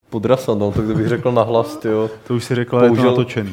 Podrasat, no, to kdybych řekl nahlas, tyjo. To už si řekla, je to natočený.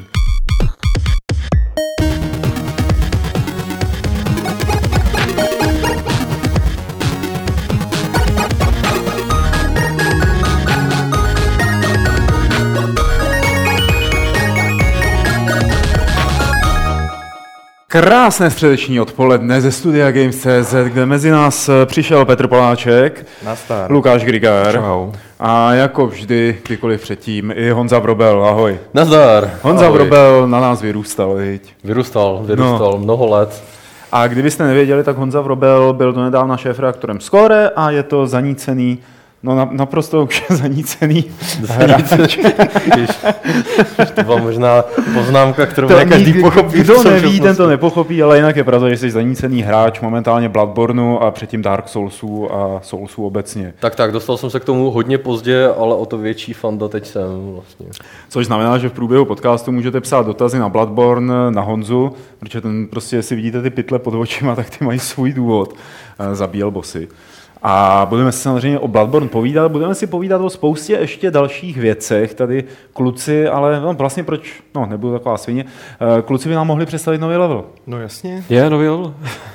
Krásné středeční odpoledne ze studia Games.cz, kde mezi nás přišel Petr Poláček, Nazdar. Lukáš Grigár. Čau. A jako vždy, kdykoliv předtím, i Honza Vrobel, ahoj. Nazdar. Honza Vrobel na nás vyrůstal, viď? Vyrůstal mnoho let. A kdybyste nevěděli, tak Honza Vrobel byl donedávna šéfredaktorem Score a je to zanícený, naprosto už zanícený hráč. To byla možná poznámka, kterou ne každý pochopí. Kdo neví, ten to nepochopí, ale jinak je pravda, že jsi zanícený hráč momentálně Bloodborneu a předtím Dark Soulsů a Soulsů obecně. Tak, dostal jsem se k tomu hodně pozdě, ale o to větší fanda teď jsem vlastně. Což znamená, že v průběhu podcastu můžete psát dotazy na Bloodborne, na Honzu, protože ten prostě, jestli vidíte ty pytle pod očima, tak ty mají svůj důvod. Zabíjel bossy. A budeme si samozřejmě o Bloodborne povídat, budeme si povídat o spoustě ještě dalších věcech, tady kluci, ale vlastně proč, nebudu taková svině, kluci by nám mohli představit nový level. No jasně. Je nový level.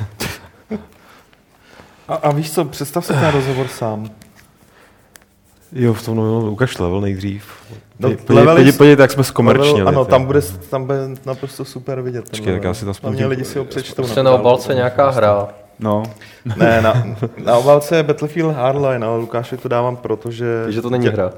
A víš co, představ si ten rozhovor sám. Jo, v tom novém ukaž level nejdřív. Podívejte, jak jsme zkomerčnili. Ano, tam bude naprosto super vidět. Počkej, tak já si to aspoň lidi si ho přečtou. Prostě na obálce nějaká hra. No. Ne, na obálce je Battlefield Hardline, ale Lukáši to dávám, protože... Takže to není hra.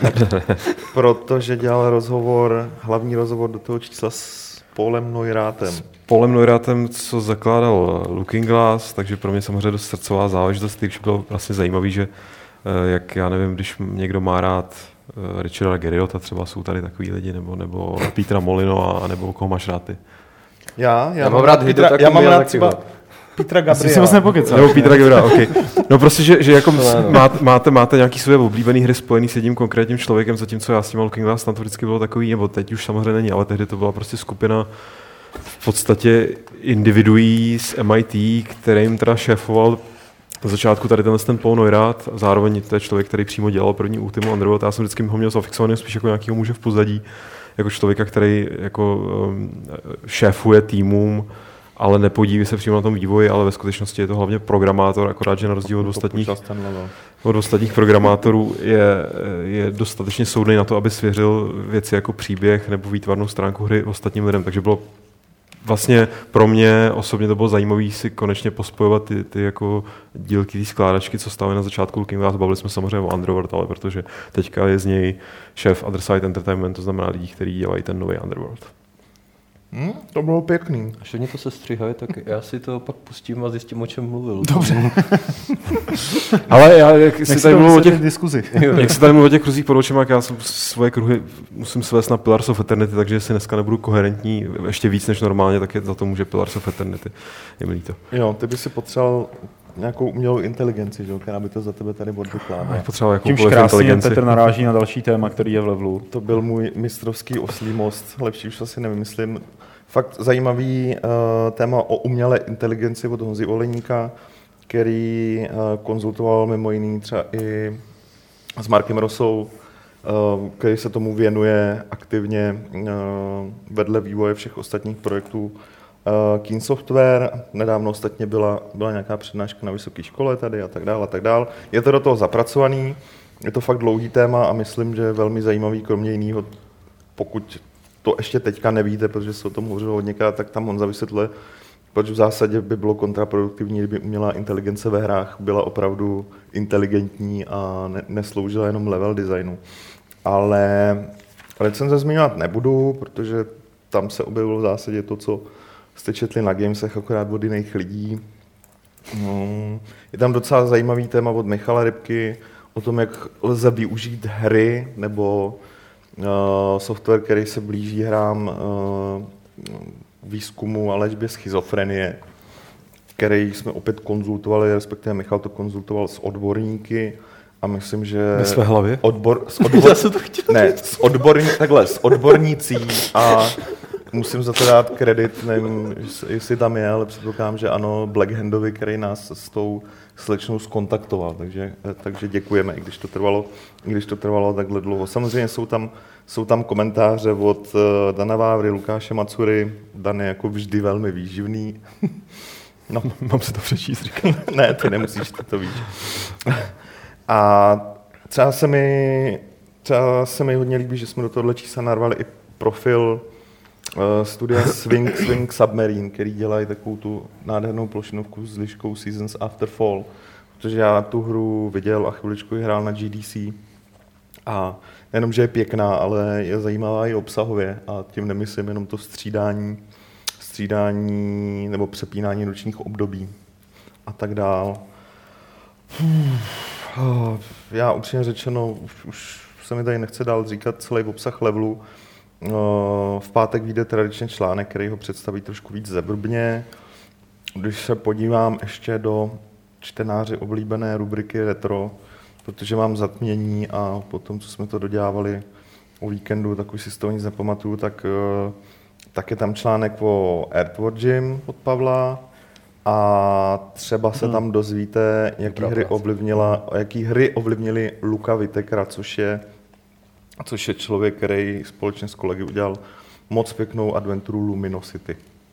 Protože dělal hlavní rozhovor do toho čísla s Paulem Neuratem. Paulem Neuratem, co zakládal Looking Glass, takže pro mě samozřejmě dost srdcová záležitost, když bylo vlastně zajímavý, že jak já nevím, když někdo má rád Richarda Garriota, třeba jsou tady takový lidi, nebo Petra Molino, nebo koho máš rád ty? Já mám rád Hidetaka já mám rád třeba Petra Gabriela. Jsi moc nepokecal. Nebo Petra Gabriela, ok. No prostě, že jako máte nějaký svoje oblíbené hry spojený s jedním konkrétním člověkem, zatímco já s tím Looking Glass, tam to vždycky bylo takový, nebo teď už samozřejmě není, ale tehdy to byla prostě skupina v podstatě individuí z MIT, kterým teda šéfoval na začátku tady ten Paul Neurath, zároveň to je člověk, který přímo dělal první Ultimu Underworld. Já jsem vždycky ho měl zafixovaný spíš jako nějakého muže v pozadí, jako člověka, který jako šéfuje týmům, ale nepodílí se přímo na tom vývoji, ale ve skutečnosti je to hlavně programátor, akorát, že na rozdíl od ostatních programátorů je dostatečně soudný na to, aby svěřil věci jako příběh nebo výtvarnou stránku hry ostatním lidem. Takže bylo vlastně pro mě osobně to bylo zajímavé si konečně pospojovat ty jako dílky, ty skládačky, co stávají na začátku Looking Glass. Bavili jsme samozřejmě o Underworld, ale protože teďka je z něj šéf Other Side Entertainment, to znamená lidí, kteří dělají ten nový Underworld. To bylo pěkný. Až oni to se stříhají, tak já si to pak pustím a zjistím, o čem mluvil. Dobře. Ale jak si tady mluvil o těch kruzích pod očima, já jsem svoje kruhy musím svést na Pillars of Eternity, takže jestli dneska nebudu koherentní ještě víc než normálně, tak je za to může Pillars of Eternity. Je mi líto. Jo, ty by si potřeboval nějakou umělou inteligenci, že? Která by to za tebe tady odvykládala. Tímž krásně Petr naráží na další téma, který je v levelu. To byl můj mistrovský oslí most, lepší už asi nevymyslím. Fakt zajímavý téma o umělé inteligenci od Honzy Oleníka, který konzultoval mimo jiný třeba i s Markem Rosou, který se tomu věnuje aktivně vedle vývoje všech ostatních projektů. Keen Software, nedávno ostatně byla nějaká přednáška na vysoké škole tady a tak dále. Je to do toho zapracovaný, je to fakt dlouhý téma a myslím, že je velmi zajímavý, kromě jiného, pokud to ještě teďka nevíte, protože se o tom hovořilo hodněkrát, tak tam Honza vysvětluje, proč v zásadě by bylo kontraproduktivní, kdyby umělá inteligence ve hrách byla opravdu inteligentní a nesloužila jenom level designu. Ale recenze zmiňovat nebudu, protože tam se objevilo v zásadě to, co jste četli na Gamesech, akorát od jiných lidí. Je tam docela zajímavý téma od Michala Rybky o tom, jak lze využít hry nebo software, který se blíží hrám výzkumu a léčbě schizofrenie, který jsme opět konzultovali, respektive Michal to konzultoval s odborníky a myslím, že... Ve své hlavě? S odbornící a musím za to dát kredit, nevím, jestli tam je, ale předpokládám, že ano, Blackhandovi, který nás s tou slečnou skontaktoval, takže děkujeme, i když to trvalo takhle dlouho. Samozřejmě jsou tam komentáře od Dana Vávry, Lukáše Macury. Dan je jako vždy velmi výživný. No, mám se to přečíst, říkám. Ne, ty nemusíš, ty to víš. A třeba se mi hodně líbí, že jsme do tohohle čísla narvali i profil studia Swing Submarine, který dělají takovou tu nádhernou plošinovku s liškou Seasons After Fall, protože já tu hru viděl a chviličku ji hrál na GDC a nejenom, že je pěkná, ale je zajímavá i obsahově a tím nemyslím jenom to střídání nebo přepínání nočních období a tak dál. Já upřímně řečeno, už se mi tady nechce dál říkat celý obsah levelu. V pátek vyjde tradičně článek, který ho představí trošku víc zevrubně. Když se podívám ještě do čtenáři oblíbené rubriky Retro, protože mám zatmění a potom, co jsme to dodělávali o víkendu, tak už si z toho nic nepamatuju, tak je tam článek o Earthworm od Pavla a třeba se tam dozvíte, jaký hry ovlivnily Luka Whitakera, což je člověk, který společně s kolegy udělal moc pěknou adventuru Luminosity.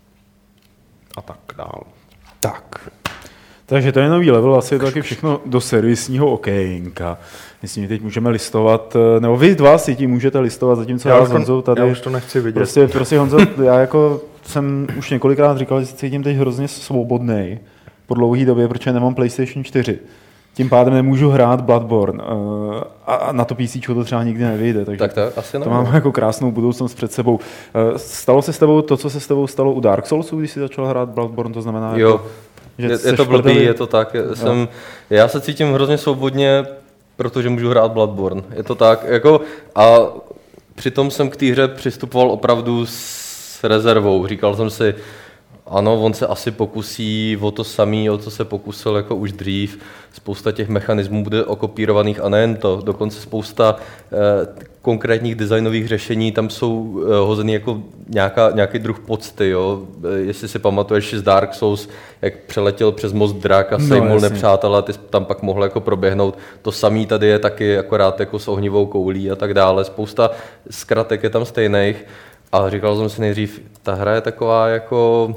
A tak dál. Tak. Takže to je nový level, asi je to taky všechno do servisního okénka. Myslím, teď můžeme listovat, nebo vy dva si tím můžete listovat, zatímco já s Honzou tady... Já už to nechci vidět. Prostě Honzo, já jako jsem už několikrát říkal, že se cítím teď hrozně svobodnej po dlouhé době, protože nemám PlayStation 4. Tím pádem nemůžu hrát Bloodborne a na to PC to třeba nikdy nevyjde, takže tak asi to mám jako krásnou budoucnost před sebou. Stalo se s tebou to, co se s tebou stalo u Dark Soulsu, když jsi začal hrát Bloodborne, to znamená... Jo, jako, že je to blbý, je to tak. Já se cítím hrozně svobodně, protože můžu hrát Bloodborne. Je to tak, jako a přitom jsem k té hře přistupoval opravdu s rezervou. Říkal jsem si, ano, on se asi pokusí o to samé, o co se pokusil jako už dřív. Spousta těch mechanismů bude okopírovaných a nejen to. Dokonce spousta konkrétních designových řešení tam jsou hozený jako nějaký druh pocty. Jo? Jestli si pamatuješ z Dark Souls, jak přeletěl přes most drak a sejmul nepřátelé, ty tam pak mohl jako proběhnout. To samé tady je taky akorát jako s ohnivou koulí a tak dále. Spousta zkratek je tam stejných. A říkal jsem si nejdřív, ta hra je taková jako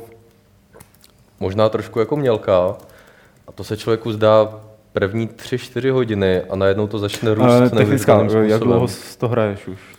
možná trošku jako mělká a to se člověku zdá první 3-4 hodiny a najednou to začne růst neuvěřitelným způsobem. Jak dlouho to hraješ už?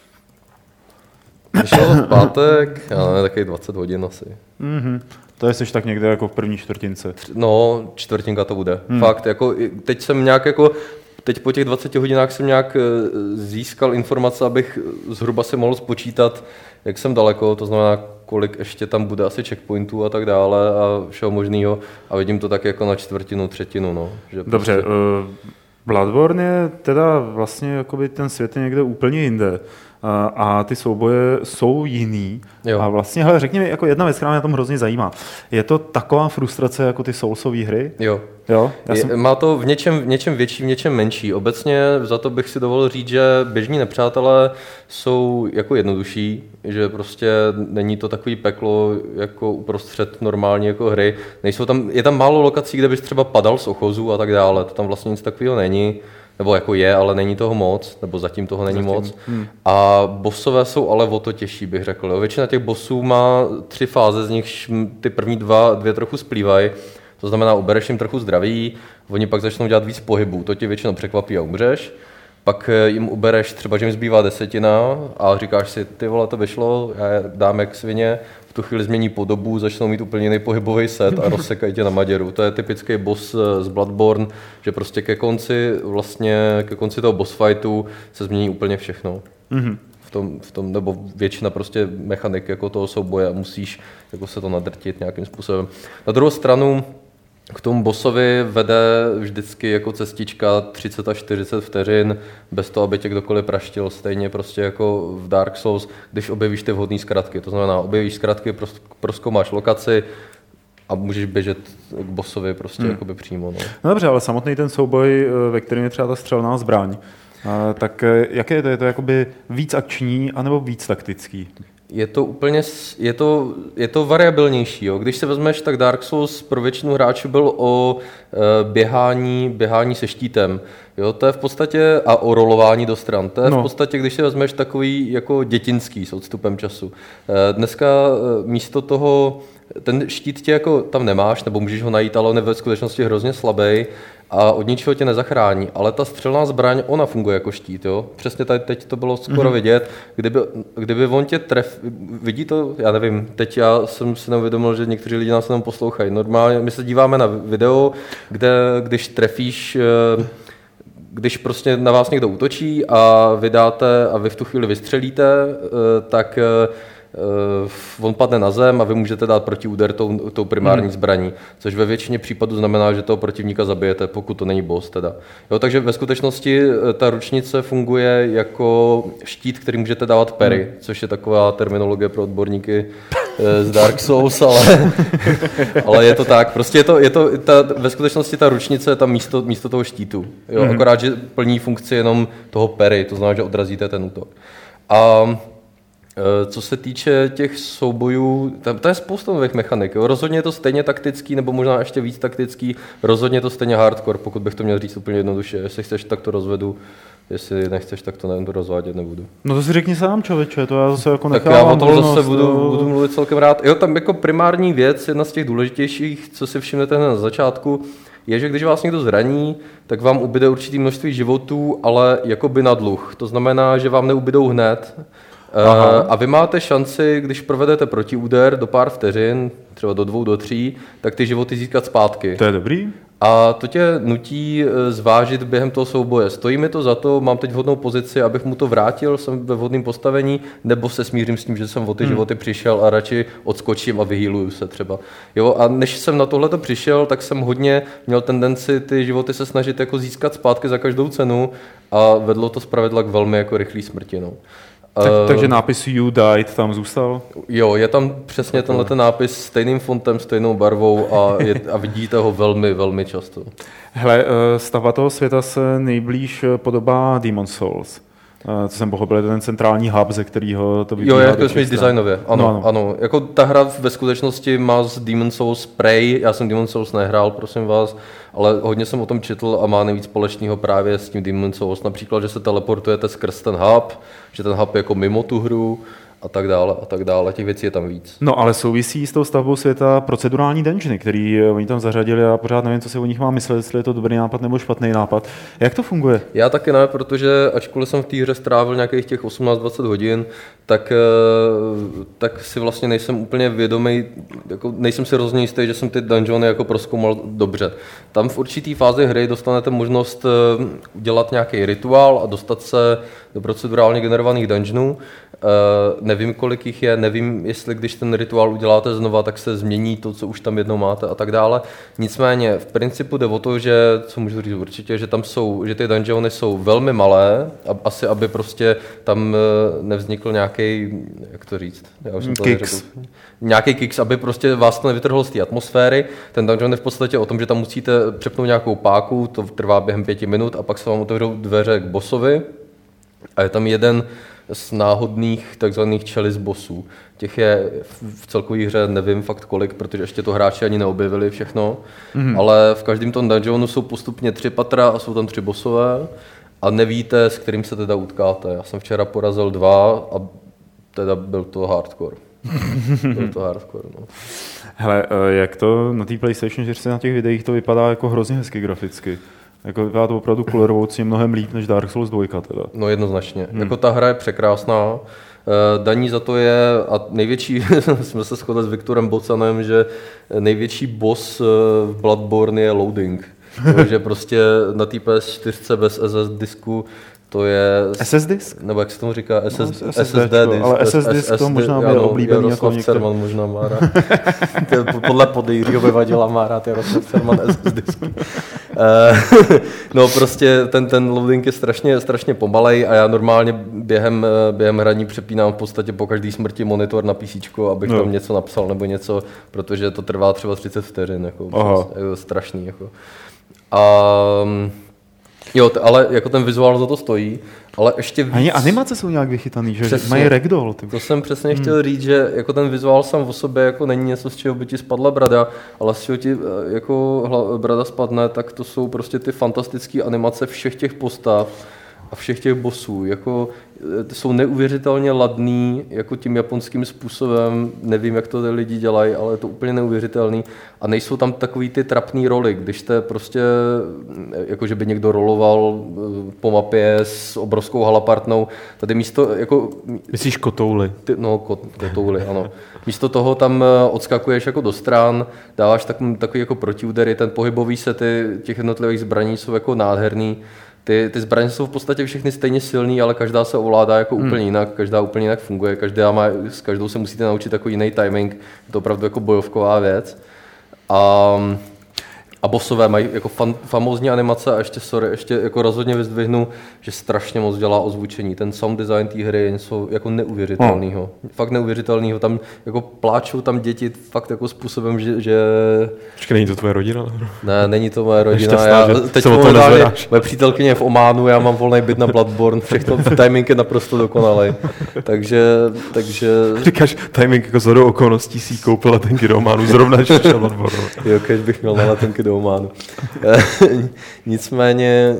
Vyšel v pátek, já nevím, takových 20 hodin asi. Mm-hmm. To je seš tak někde jako v první čtvrtince. No, čtvrtinka to bude. Fakt, jako teď jsem nějak jako teď po těch 20 hodinách jsem nějak získal informace, abych zhruba si mohl spočítat, jak jsem daleko, to znamená, kolik ještě tam bude asi checkpointů a tak dále a všeho možného a vidím to tak jako na čtvrtinu, třetinu. No, že dobře, prostě... Bloodborne je teda vlastně jakoby ten svět je někde úplně jinde a ty souboje jsou jiný. Jo. A vlastně, hele, řekni mi, jako jedna věc, která mě na tom hrozně zajímá. Je to taková frustrace jako ty Soulsové hry? Jo. Má to v něčem větší, v něčem menší. Obecně za to bych si dovolil říct, že běžní nepřátelé jsou jako jednodušší, že prostě není to takový peklo jako uprostřed normální jako hry. Je tam málo lokací, kde bys třeba padal z ochozu a tak dále. To tam vlastně nic takového není. Nebo jako je, ale není toho moc, nebo zatím toho není moc. A bossové jsou ale o to těžší, bych řekl. Jo. Většina těch bossů má 3 fáze, z nich ty první dvě trochu splývají. To znamená, ubereš jim trochu zdraví, oni pak začnou dělat víc pohybů, to tě většinou překvapí a umřeš. Pak jim ubereš třeba, že jim zbývá 10 a říkáš si, ty vole, to vyšlo, já je dám jak svině, v tu chvíli změní podobu, začnou mít úplně jiný pohybový set a rozsekají tě na maděru. To je typický boss z Bloodborne, že prostě ke konci toho boss fightu se změní úplně všechno. Mm-hmm. V tom, nebo většina prostě mechanik jako toho souboje a musíš jako se to nadrtit nějakým způsobem. Na druhou stranu k tomu bossovi vede vždycky jako cestička 30 až 40 vteřin, bez toho, aby tě kdokoliv praštil, stejně prostě jako v Dark Souls, když objevíš ty vhodné zkratky. To znamená, objevíš zkratky, prozkoumáš lokaci a můžeš běžet k bossovi prostě jakoby přímo. No dobře, ale samotný ten souboj, ve kterém je třeba ta střelná zbraň, tak jaké je to? Je to jakoby víc akční anebo víc taktický? Je to variabilnější. Jo. Když se vezmeš, tak Dark Souls pro většinu hráčů byl o běhání se štítem. Jo, to je v podstatě, a o rolování do stran. To je v podstatě, když si vezmeš takový jako dětinský s odstupem času. Dneska místo toho, ten štít tě jako tam nemáš, nebo můžeš ho najít, ale on je ve skutečnosti hrozně slabý a od ničeho tě nezachrání. Ale ta střelná zbraň, ona funguje jako štít. Jo? Přesně tady teď to bylo skoro vidět. Kdyby on tě vidí to, já nevím, teď já jsem si neuvědomil, že někteří lidi nás jenom poslouchají. Normálně my se díváme na video, kde když trefíš, když prostě na vás někdo útočí a vy v tu chvíli vystřelíte, tak on padne na zem a vy můžete dát protiúder tou primární zbraní, což ve většině případů znamená, že toho protivníka zabijete, pokud to není boss teda. Jo, takže ve skutečnosti ta ručnice funguje jako štít, který můžete dávat parry, což je taková terminologie pro odborníky z Dark Souls, ale je to tak. Prostě ve skutečnosti ta ručnice je tam místo toho štítu. Jo, akorát, že plní funkci jenom toho parry, to znamená, že odrazíte ten útok. A co se týče těch soubojů, tam je spousta nových mechanik. Jo. Rozhodně je to stejně taktický, nebo možná ještě víc taktický. Rozhodně je to stejně hardcore, pokud bych to měl říct úplně jednoduše. Jestli chceš, tak to rozvedu. Jestli nechceš, tak to rozvádět nebudu. No to si řekni sám, člověče, to já zase jako nechávám. Tak já o tom zase budu mluvit celkem rád. Jo, tam jako primární věc, jedna z těch důležitějších, co si všimnete hned na začátku, je, že když vás někdo zraní, tak vám ubyde určitý množství životů, ale jakoby na dluh. To znamená, že vám neubydou hned. A vy máte šanci, když provedete protiúder do pár vteřin, třeba do 2, do 3, tak ty životy získat zpátky. To je dobrý. A to tě nutí zvážit během toho souboje. Stojí mi to za to, mám teď vhodnou pozici, abych mu to vrátil, jsem ve vhodném postavení, nebo se smířím s tím, že jsem o ty životy přišel a radši odskočím a vyhýluju se třeba. Jo, a než jsem na tohleto přišel, tak jsem hodně měl tendenci ty životy se snažit jako získat zpátky za každou cenu a vedlo to zpravidla k velmi jako rychlý smrti. No. Takže nápis You Died tam zůstal? Jo, je tam přesně tenhle nápis stejným fontem, stejnou barvou a vidíte ho velmi, velmi často. Hele, stavba toho světa se nejblíž podobá Demon's Souls. Co jsem pochopil, je ten centrální hub, ze kterého to vypadá. Jo, jako jsme designově, ano. Jako ta hra ve skutečnosti má z Demon's Souls Prey, já jsem Demon's Souls nehrál, prosím vás, ale hodně jsem o tom četl a má nejvíc společného právě s tím Demon's Souls. Například, že se teleportujete skrz ten hub, že ten hub je jako mimo tu hru, a tak dále, těch věcí je tam víc. No ale souvisí s tou stavbou světa procedurální dungeony, který oni tam zařadili a pořád nevím, co si o nich mám myslet, jestli je to dobrý nápad nebo špatný nápad. Jak to funguje? Já taky ne, protože ačkoliv jsem v té hře strávil nějakých těch 18-20 hodin, tak si vlastně nejsem úplně vědomý, jako nejsem si rozhodně jistý, že jsem ty dungeony jako prozkoumal dobře. Tam v určitý fázi hry dostanete možnost udělat nějaký rituál a dostat se do procedurálně generovaných dungeonů. Nevím, kolik jich je, nevím, jestli když ten rituál uděláte znova, tak se změní to, co už tam jednou máte a tak dále. Nicméně v principu jde o to, že, co můžu říct určitě, že tam jsou, že ty dungeony jsou velmi malé, asi aby prostě tam nevznikl nějaký, jak to říct? Já už jsem to kicks. Nějaký kicks, aby prostě vás to nevytrhlo z té atmosféry. Ten dungeon je v podstatě o tom, že tam musíte přepnout nějakou páku, to trvá během 5 minut a pak se vám otevřou dveře k bossovi a je tam jeden z náhodných takzvaných chalice bossů. Těch je v celkové hře nevím fakt kolik, protože ještě to hráči ani neobjevili všechno, ale v každém tom dungeonu jsou postupně 3 patra a jsou tam 3 bossové a nevíte, s kterým se teda utkáte. Já jsem včera porazil 2 a teda byl to hardcore. No. Hele, jak to na té PlayStation 4 na těch videích to vypadá jako hrozně hezky graficky. Jako vypadá to opravdu kulerovoucí mnohem líp než Dark Souls 2 teda. No jednoznačně. Jako ta hra je překrásná. Daní za to je, a největší, jsme se shodli s Viktorem Bocanem, že největší boss v Bloodborne je loading. Takže prostě na té PS4 bez SS disku to je... SS disk? Nebo jak se tomu říká? SSD disk. Ale SS disk to možná byl oblíbený jako někdo. Cerman možná má rád. Podle podejřího by vadila, má rád Jaroslav Cerman SS disk. No prostě ten loading je strašně pomalej a já normálně během hraní přepínám v podstatě po každý smrti monitor na PCčko, abych tam něco napsal nebo něco, protože to trvá třeba 30 vteřin. Jako, je strašný. Jako. A Jo, ale jako ten vizuál za to stojí, ale ještě víc... Ani animace jsou nějak vychytaný, že Přesně. mají ragdoll. To jsem přesně chtěl říct, že jako ten vizuál sám o sobě jako není něco, z čeho by ti spadla brada, ale z čeho ti jako brada spadne, tak to jsou prostě ty fantastické animace všech těch postav a všech těch bossů. Jako, jsou neuvěřitelně ladný, jako tím japonským způsobem, nevím, jak to ty lidi dělají, ale je to úplně neuvěřitelný. A nejsou tam takový ty trapný roly, když to prostě, jako že by někdo roloval po mapě s obrovskou halapartnou, tady místo, jako... Myslíš kotouly? Kotouly, ano. Místo toho tam odskakuješ jako do stran, dáváš takový jako protiúdery, ten pohybový sety těch jednotlivých zbraní jsou jako nádherný. Ty zbraně jsou v podstatě všechny stejně silný, ale každá se ovládá jako úplně jinak, každá úplně jinak funguje, s každou se musíte naučit jako jiný timing, je to opravdu jako bojovková věc. A bossové mají jako famózní animace a ještě jako rozhodně vyzdvihnu, že strašně moc dělá ozvučení. Ten sound design té hry je něco jako neuvěřitelného. Fakt neuvěřitelného. Tam jako pláčou tam děti fakt jako způsobem, že... Počkej, není to tvoje rodina? Ne, není to moje rodina. Šťastná, teď moje přítelkyně je v Ománu, já mám volný byt na Bloodborne, všechno timing je naprosto dokonalý. Takže... Říkáš, timing jako shodou okolností si koupil letenky do Ománu, zrovna když šel Bloodborne. Jo, když bych měl na letenky do Ománu. nicméně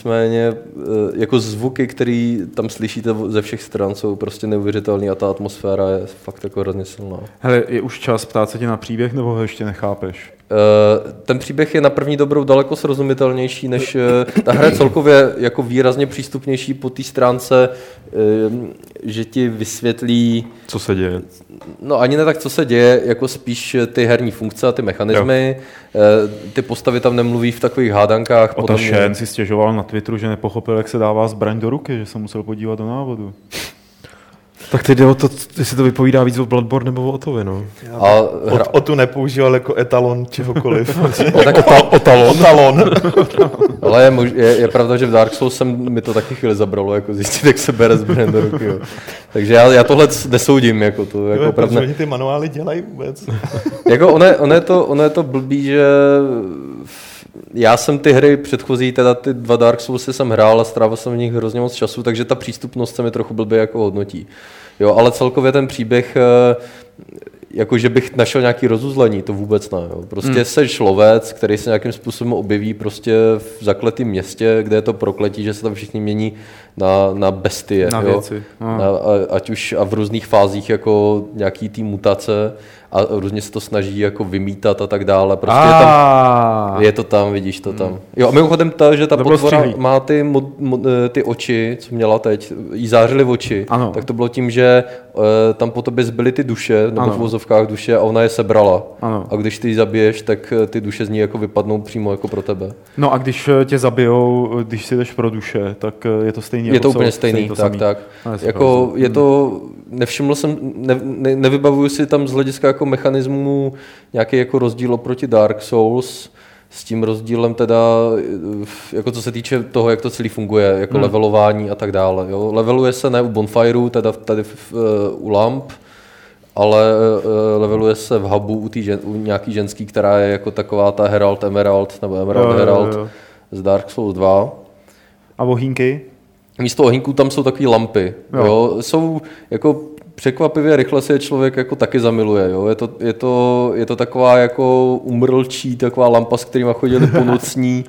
jako zvuky, které tam slyšíte ze všech stran, jsou prostě neuvěřitelný a ta atmosféra je fakt jako hrozně silná. Hele, je už čas ptát se tě na příběh, nebo ho ještě nechápeš? Ten příběh je na první dobrou daleko srozumitelnější, než ta hra je celkově jako výrazně přístupnější po té stránce, že ti vysvětlí... Co se děje? No ani ne tak, co se děje, jako spíš ty herní funkce a ty mechanismy. Ty postavy tam nemluví v takových hádankách. Ota Shen si stěžoval na Twitteru, že nepochopil, jak se dává zbraň do ruky, že se musel podívat do návodu. Tak teď jde o to, jestli to vypovídá víc o Bloodborne nebo o Otovi, no. O tu nepoužíval jako etalon čehokoliv. Otalon. Ale je pravda, že v Dark Souls mi to taky chvíli zabralo, jako zjistit, jak se bere zbraň do ruky. Jo. Takže já tohle nesoudím. Jako to, jako jo, protože oni ty manuály dělají vůbec. Jako ono je to blbý, že... Já jsem ty hry předchozí, teda ty 2 Dark Soulsy jsem hrál a strávil jsem v nich hrozně moc času, takže ta přístupnost se mi trochu blbě jako hodnotí. Jo, ale celkově ten příběh, jako že bych našel nějaký rozuzlení, to vůbec ne. Jo. Prostě seš lovec, který se nějakým způsobem objeví prostě v zakletém městě, kde je to prokletí, že se tam všichni mění na bestie. Na věci. Ať už a v různých fázích jako nějaký tý mutace a různě se to snaží jako vymítat a tak dále. Prostě je to tam, vidíš to tam. Jo, a mimochodem že ta potvora má ty oči, co měla teď, jí zářily oči, ano. Tak to bylo tím, že tam po tobě zbyly ty duše, nebo v uvozovkách duše, a ona je sebrala. Ano. A když ty ji zabiješ, tak ty duše z ní jako vypadnou přímo jako pro tebe. No a když tě zabijou, když si jdeš pro duše, tak je to stejný. Je to úplně stejný, tak. Jako je to, nevšiml jsem, nevybavuju si tam z hlediska jako mechanismu nějaký jako rozdíl oproti Dark Souls, s tím rozdílem teda, jako co se týče toho, jak to celý funguje, jako levelování a tak dále. Jo. Leveluje se ne u Bonfireu, teda tady u lamp, ale leveluje se v hubu u nějaký ženský, která je jako taková ta Herald Emerald, nebo Emerald Herald z Dark Souls 2. A ohýnky? Místo ohýnků tam jsou takové lampy. Jo. Jsou jako překvapivě rychle se člověk jako taky zamiluje. Jo. Je to taková jako umrlčí, taková lampa, s kterýma chodili po nocní,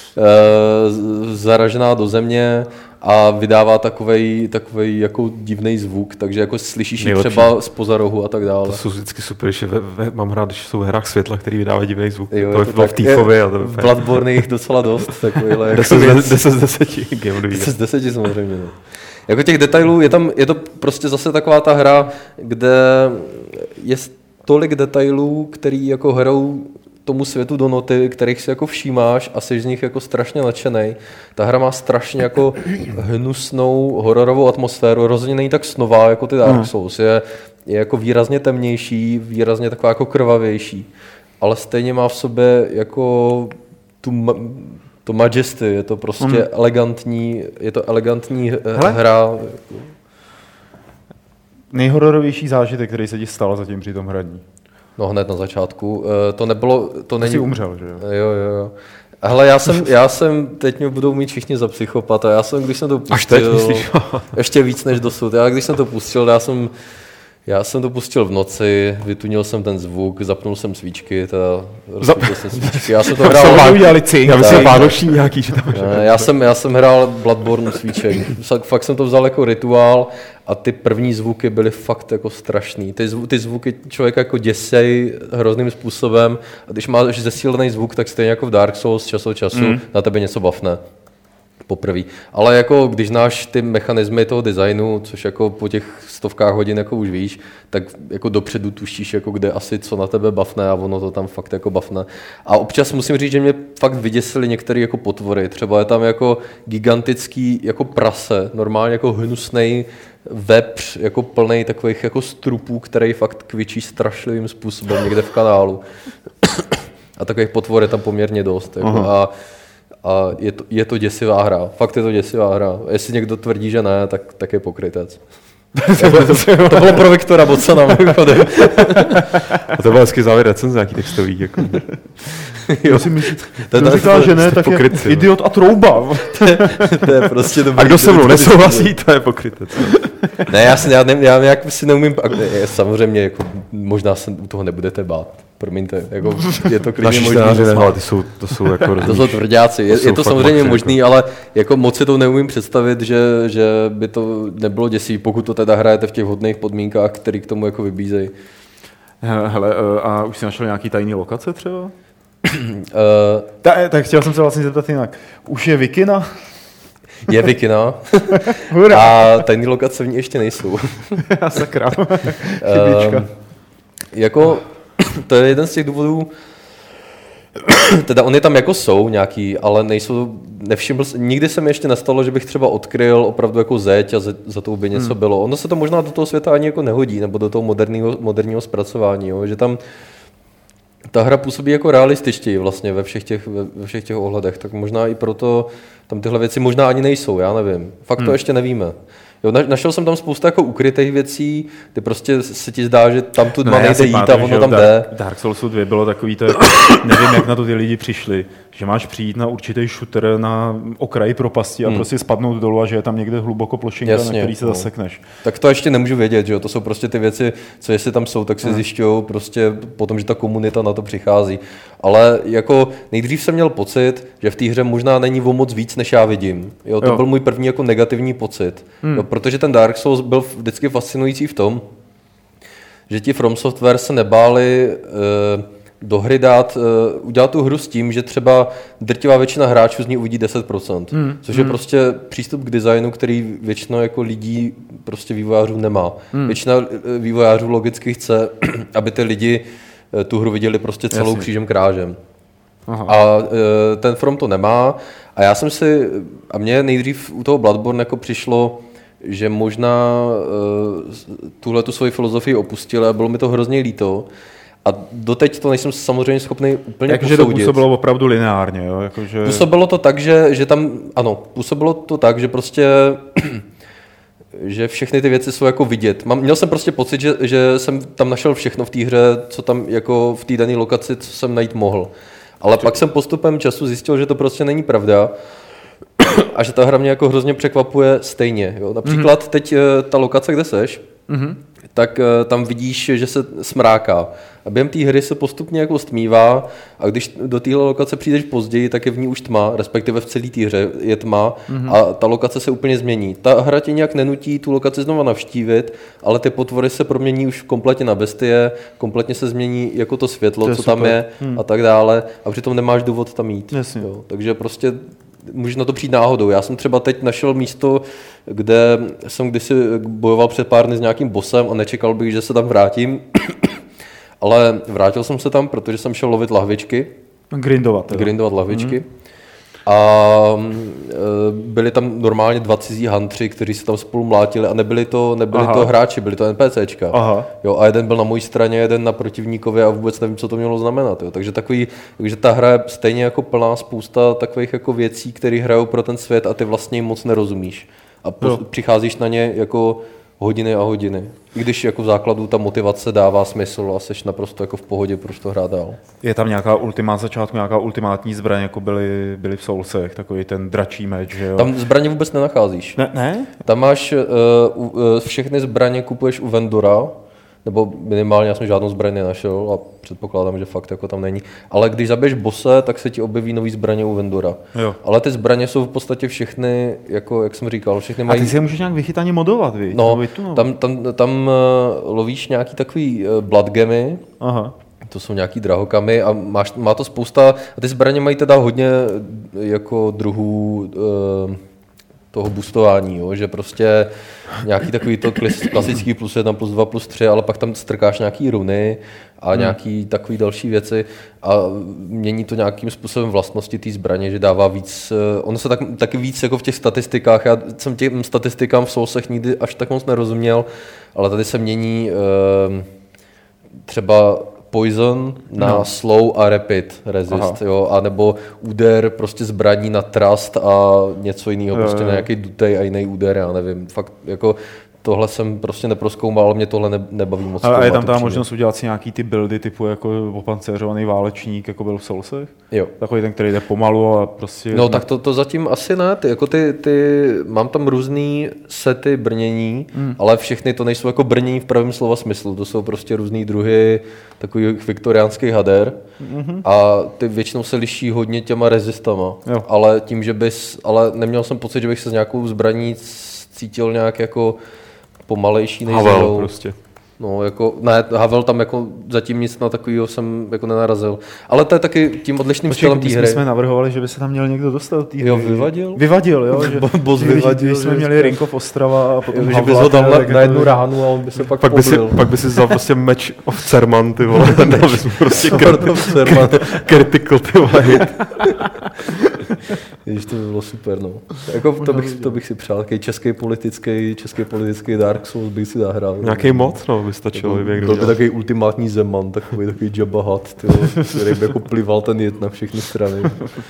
zaražená do země a vydává takovej jako divný zvuk, takže jako slyšíš ji třeba zpoza rohu a tak dále. To jsou vždycky super, že mám rád, když jsou v hrách světla, který vydávají divný zvuk. Jo, to bylo v Týchově. V Bloodborne jich docela dost. 10 z 10 game 10 z 10 samozřejmě. No. Jako těch detailů, je to prostě zase taková ta hra, kde je tolik detailů, který jako hrajou tomu světu do noty, kterých si jako všímáš a jsi z nich jako strašně nadšenej. Ta hra má strašně jako hnusnou hororovou atmosféru, rozhodně není tak snová jako ty Dark Souls. Je jako výrazně temnější, výrazně taková jako krvavější, ale stejně má v sobě jako to majesty, je to prostě elegantní hra. Nejhororovější zážitek, který se ti stal zatím při tom hraní? No hned na začátku. To nebylo... Jsi umřel, že jo? Jo. Hele, já jsem, teď mě budou mít všichni za psychopata, když jsem to pustil, až teď myslíš? Ještě víc než dosud, když jsem to pustil, já jsem to pustil v noci, vytunil jsem ten zvuk, zapnul jsem svíčky, já jsem to hrál... Já myslím vánoční nějaký, že tam já jsem hrál Bloodborne u svíček, fakt jsem to vzal jako rituál a ty první zvuky byly fakt jako strašný. Ty zvuky člověka jako děsej hrozným způsobem a když máš zesílený zvuk, tak stejně jako v Dark Souls čas od času na tebe něco bafne. Poprvé. Ale jako když znáš ty mechanismy toho designu, což jako po těch stovkách hodin jako už víš, tak jako dopředu tušíš, jako kde asi co na tebe bafne a ono to tam fakt jako bafne. A občas musím říct, že mě fakt vyděsily některé jako potvory. Třeba je tam jako gigantický jako prase, normálně jako hnusnej vepř, jako plnej takových jako strupů, který fakt kvičí strašlivým způsobem někde v kanálu. A takových potvor je tam poměrně dost. Jako, a je to děsivá hra. Fakt je to děsivá hra. Jestli někdo tvrdí, že ne, tak je pokrytec. To bylo pro Viktora Bocana. A to byl hezký závěr recenze, nějaký textový. Jako. Jo, si myslíš, kdo říká, že ne, tak pokrytci, je idiot a trouba. To je prostě dobrý. A kdo se mnou nesouhlasí, to je pokrytec. Ne, já nějak si neumím, samozřejmě jako, možná se u toho nebudete bát. Promiňte, jako, je to klidně možný. Ale to jsou jako to jsou tvrdáci. Je to samozřejmě možný, jako. Ale jako moc si to neumím představit, že by to nebylo děsivý, pokud to teda hrajete v těch hodných podmínkách, které k tomu jako vybízejí. Hele, a už jsi našel nějaký tajný lokace třeba? Tak chtěl jsem se vlastně zeptat jinak. Už je Vikina? Je Vikina. A tajný lokace v ní ještě nejsou. Sakra. Chybička. Jako, to je jeden z těch důvodů, teda oni tam jako jsou nějaký, ale nejsou, nikdy se mi ještě nestalo, že bych třeba odkryl opravdu jako zeď a za tou by něco bylo. Ono se to možná do toho světa ani jako nehodí, nebo do toho moderního zpracování, jo? Že tam ta hra působí jako realističtěji vlastně ve všech těch ohledech, tak možná i proto tam tyhle věci možná ani nejsou, já nevím. Fakt to ještě nevíme. Jo, našel jsem tam spoustu jako ukrytých věcí, ty prostě se ti zdá, že tam tu nejde jít a ono tam jde. Dark Souls 2 bylo takový to, jako, nevím, jak na to ty lidi přišli, že máš přijít na určitý shooter na okraji propasti a prostě spadnout dolů a že je tam někde hluboko plošinka, na který se zasekneš. Tak to ještě nemůžu vědět, že jo? To jsou prostě ty věci, co jestli tam jsou, tak se zjišťují prostě potom, že ta komunita na to přichází. Ale jako nejdřív jsem měl pocit, že v té hře možná není o moc víc, než já vidím. Jo, to byl můj první jako negativní pocit. Jo, protože ten Dark Souls byl vždycky fascinující v tom, že ti From Software se nebáli do hry udělat tu hru s tím, že třeba drtivá většina hráčů z ní uvidí 10%, což je prostě přístup k designu, který většinou jako lidí, prostě vývojářů nemá. Většina vývojářů logicky chce, aby ty lidi tu hru viděli prostě celou křížem krážem. Aha. A ten From to nemá a mně nejdřív u toho Bloodborne jako přišlo, že možná tuhle tu svoji filozofii opustili a bylo mi to hrozně líto. A doteď to nejsem samozřejmě schopný úplně posoudit. Takže to působilo opravdu lineárně, jo? Jakože... Působilo to tak, že tam, ano, působilo to tak, že prostě, že všechny ty věci jsou jako vidět. Měl jsem prostě pocit, že jsem tam našel všechno v té hře, co tam jako v té dané lokaci, co jsem najít mohl. Ale pak jsem postupem času zjistil, že to prostě není pravda a že ta hra mě jako hrozně překvapuje stejně. Jo? Například teď ta lokace, kde seš, tak tam vidíš, že se smráká. A během té hry se postupně jako stmívá a když do téhle lokace přijdeš později, tak je v ní už tma, respektive v celé té hře je tma a ta lokace se úplně změní. Ta hra tě nějak nenutí tu lokaci znova navštívit, ale ty potvory se promění už kompletně na bestie, kompletně se změní jako to světlo, co tam je a tak dále a přitom nemáš důvod tam jít. Jo. Takže prostě můžeš na to přijít náhodou. Já jsem třeba teď našel místo, kde jsem kdysi bojoval před pár dny s nějakým bossem a nečekal bych, že se tam vrátím. Ale vrátil jsem se tam, protože jsem šel lovit lahvičky. Grindovat lahvičky. A byli tam normálně 2 cizí huntři, kteří se tam spolu mlátili a nebyli to hráči, byli to NPCčka. Aha. Jo, a jeden byl na mojí straně, jeden na protivníkově a vůbec nevím, co to mělo znamenat. Jo. Takže ta hra je stejně jako plná spousta takových jako věcí, které hrajou pro ten svět a ty vlastně jim moc nerozumíš. A přicházíš na ně jako hodiny a hodiny. I když jako v základu ta motivace dává smysl a seš naprosto jako v pohodě, proč to hrát dál. Je tam nějaká začátku nějaká ultimátní zbraň, jako byly v Soulsech, takový ten dračí meč, že jo? Tam zbraně vůbec nenacházíš. Ne? Tam máš, všechny zbraně kupuješ u vendora, nebo minimálně já jsem žádnou zbraň nenašel a předpokládám, že fakt jako tam není. Ale když zabiješ bose, tak se ti objeví nový zbraně u vendora. Jo. Ale ty zbraně jsou v podstatě všechny, jako jak jsem říkal, všechny mají... A ty si je můžeš nějak vychytaně modovat, víš? No, tam lovíš nějaký takový bloodgemy. Aha. To jsou nějaký drahokamy a má to spousta... A ty zbraně mají teda hodně jako druhů... toho boostování, jo? Že prostě nějaký takový to klasický +1, +2, +3, ale pak tam strkáš nějaký runy a nějaký takový další věci a mění to nějakým způsobem vlastnosti té zbraně, že dává víc, ono se taky víc jako v těch statistikách, já jsem těm statistikám v Soulsech nikdy až tak moc nerozuměl, ale tady se mění třeba poison na slow a rapid resist, jo, a nebo úder prostě zbraní na trust a něco jiného, prostě na nějaký dutej a jiný úder, já nevím, fakt jako tohle jsem prostě neprozkoumal, ale mě tohle nebaví moc. A je tam ta možnost udělat si nějaký ty buildy typu jako opancéřovaný válečník, jako byl v Soulsech? Jo. Takový ten, který jde pomalu a prostě... No tak to zatím asi ne, mám tam různý sety brnění, ale všechny to nejsou jako brnění v pravém slova smyslu, to jsou prostě různý druhy takových viktoriánských hader a ty většinou se liší hodně těma rezistama, ale tím, že ale neměl jsem pocit, že bych se s nějakou zbraní cítil nějak jako pomalejší než Havel prostě. No, jako, ne, Havel tam jako zatím nic na takového jsem jako nenarazil. Ale to je taky tím odlišným stylem té hry. My jsme navrhovali, že by se tam měl někdo dostat do té hry. Jo, vyvadil? Vyvadil, jo. Boss vyvadil. Když jsme měli Ring of Ostrava a potom že bys ho tam na jednu ránu a on by se pak pobil. Pak by si vzal prostě Match of Cerman, ty vole. Dal bys mu prostě critical, ty vole. Ježiš, to by bylo super, no. Jako to bych si přál, takový český politický Dark Souls bych si zahrál. Nějaký mod, no, by stačilo. Byl by takový ultimátní Zeman, takový Jabba Hutt, který by jako plival ten jed na všechny strany.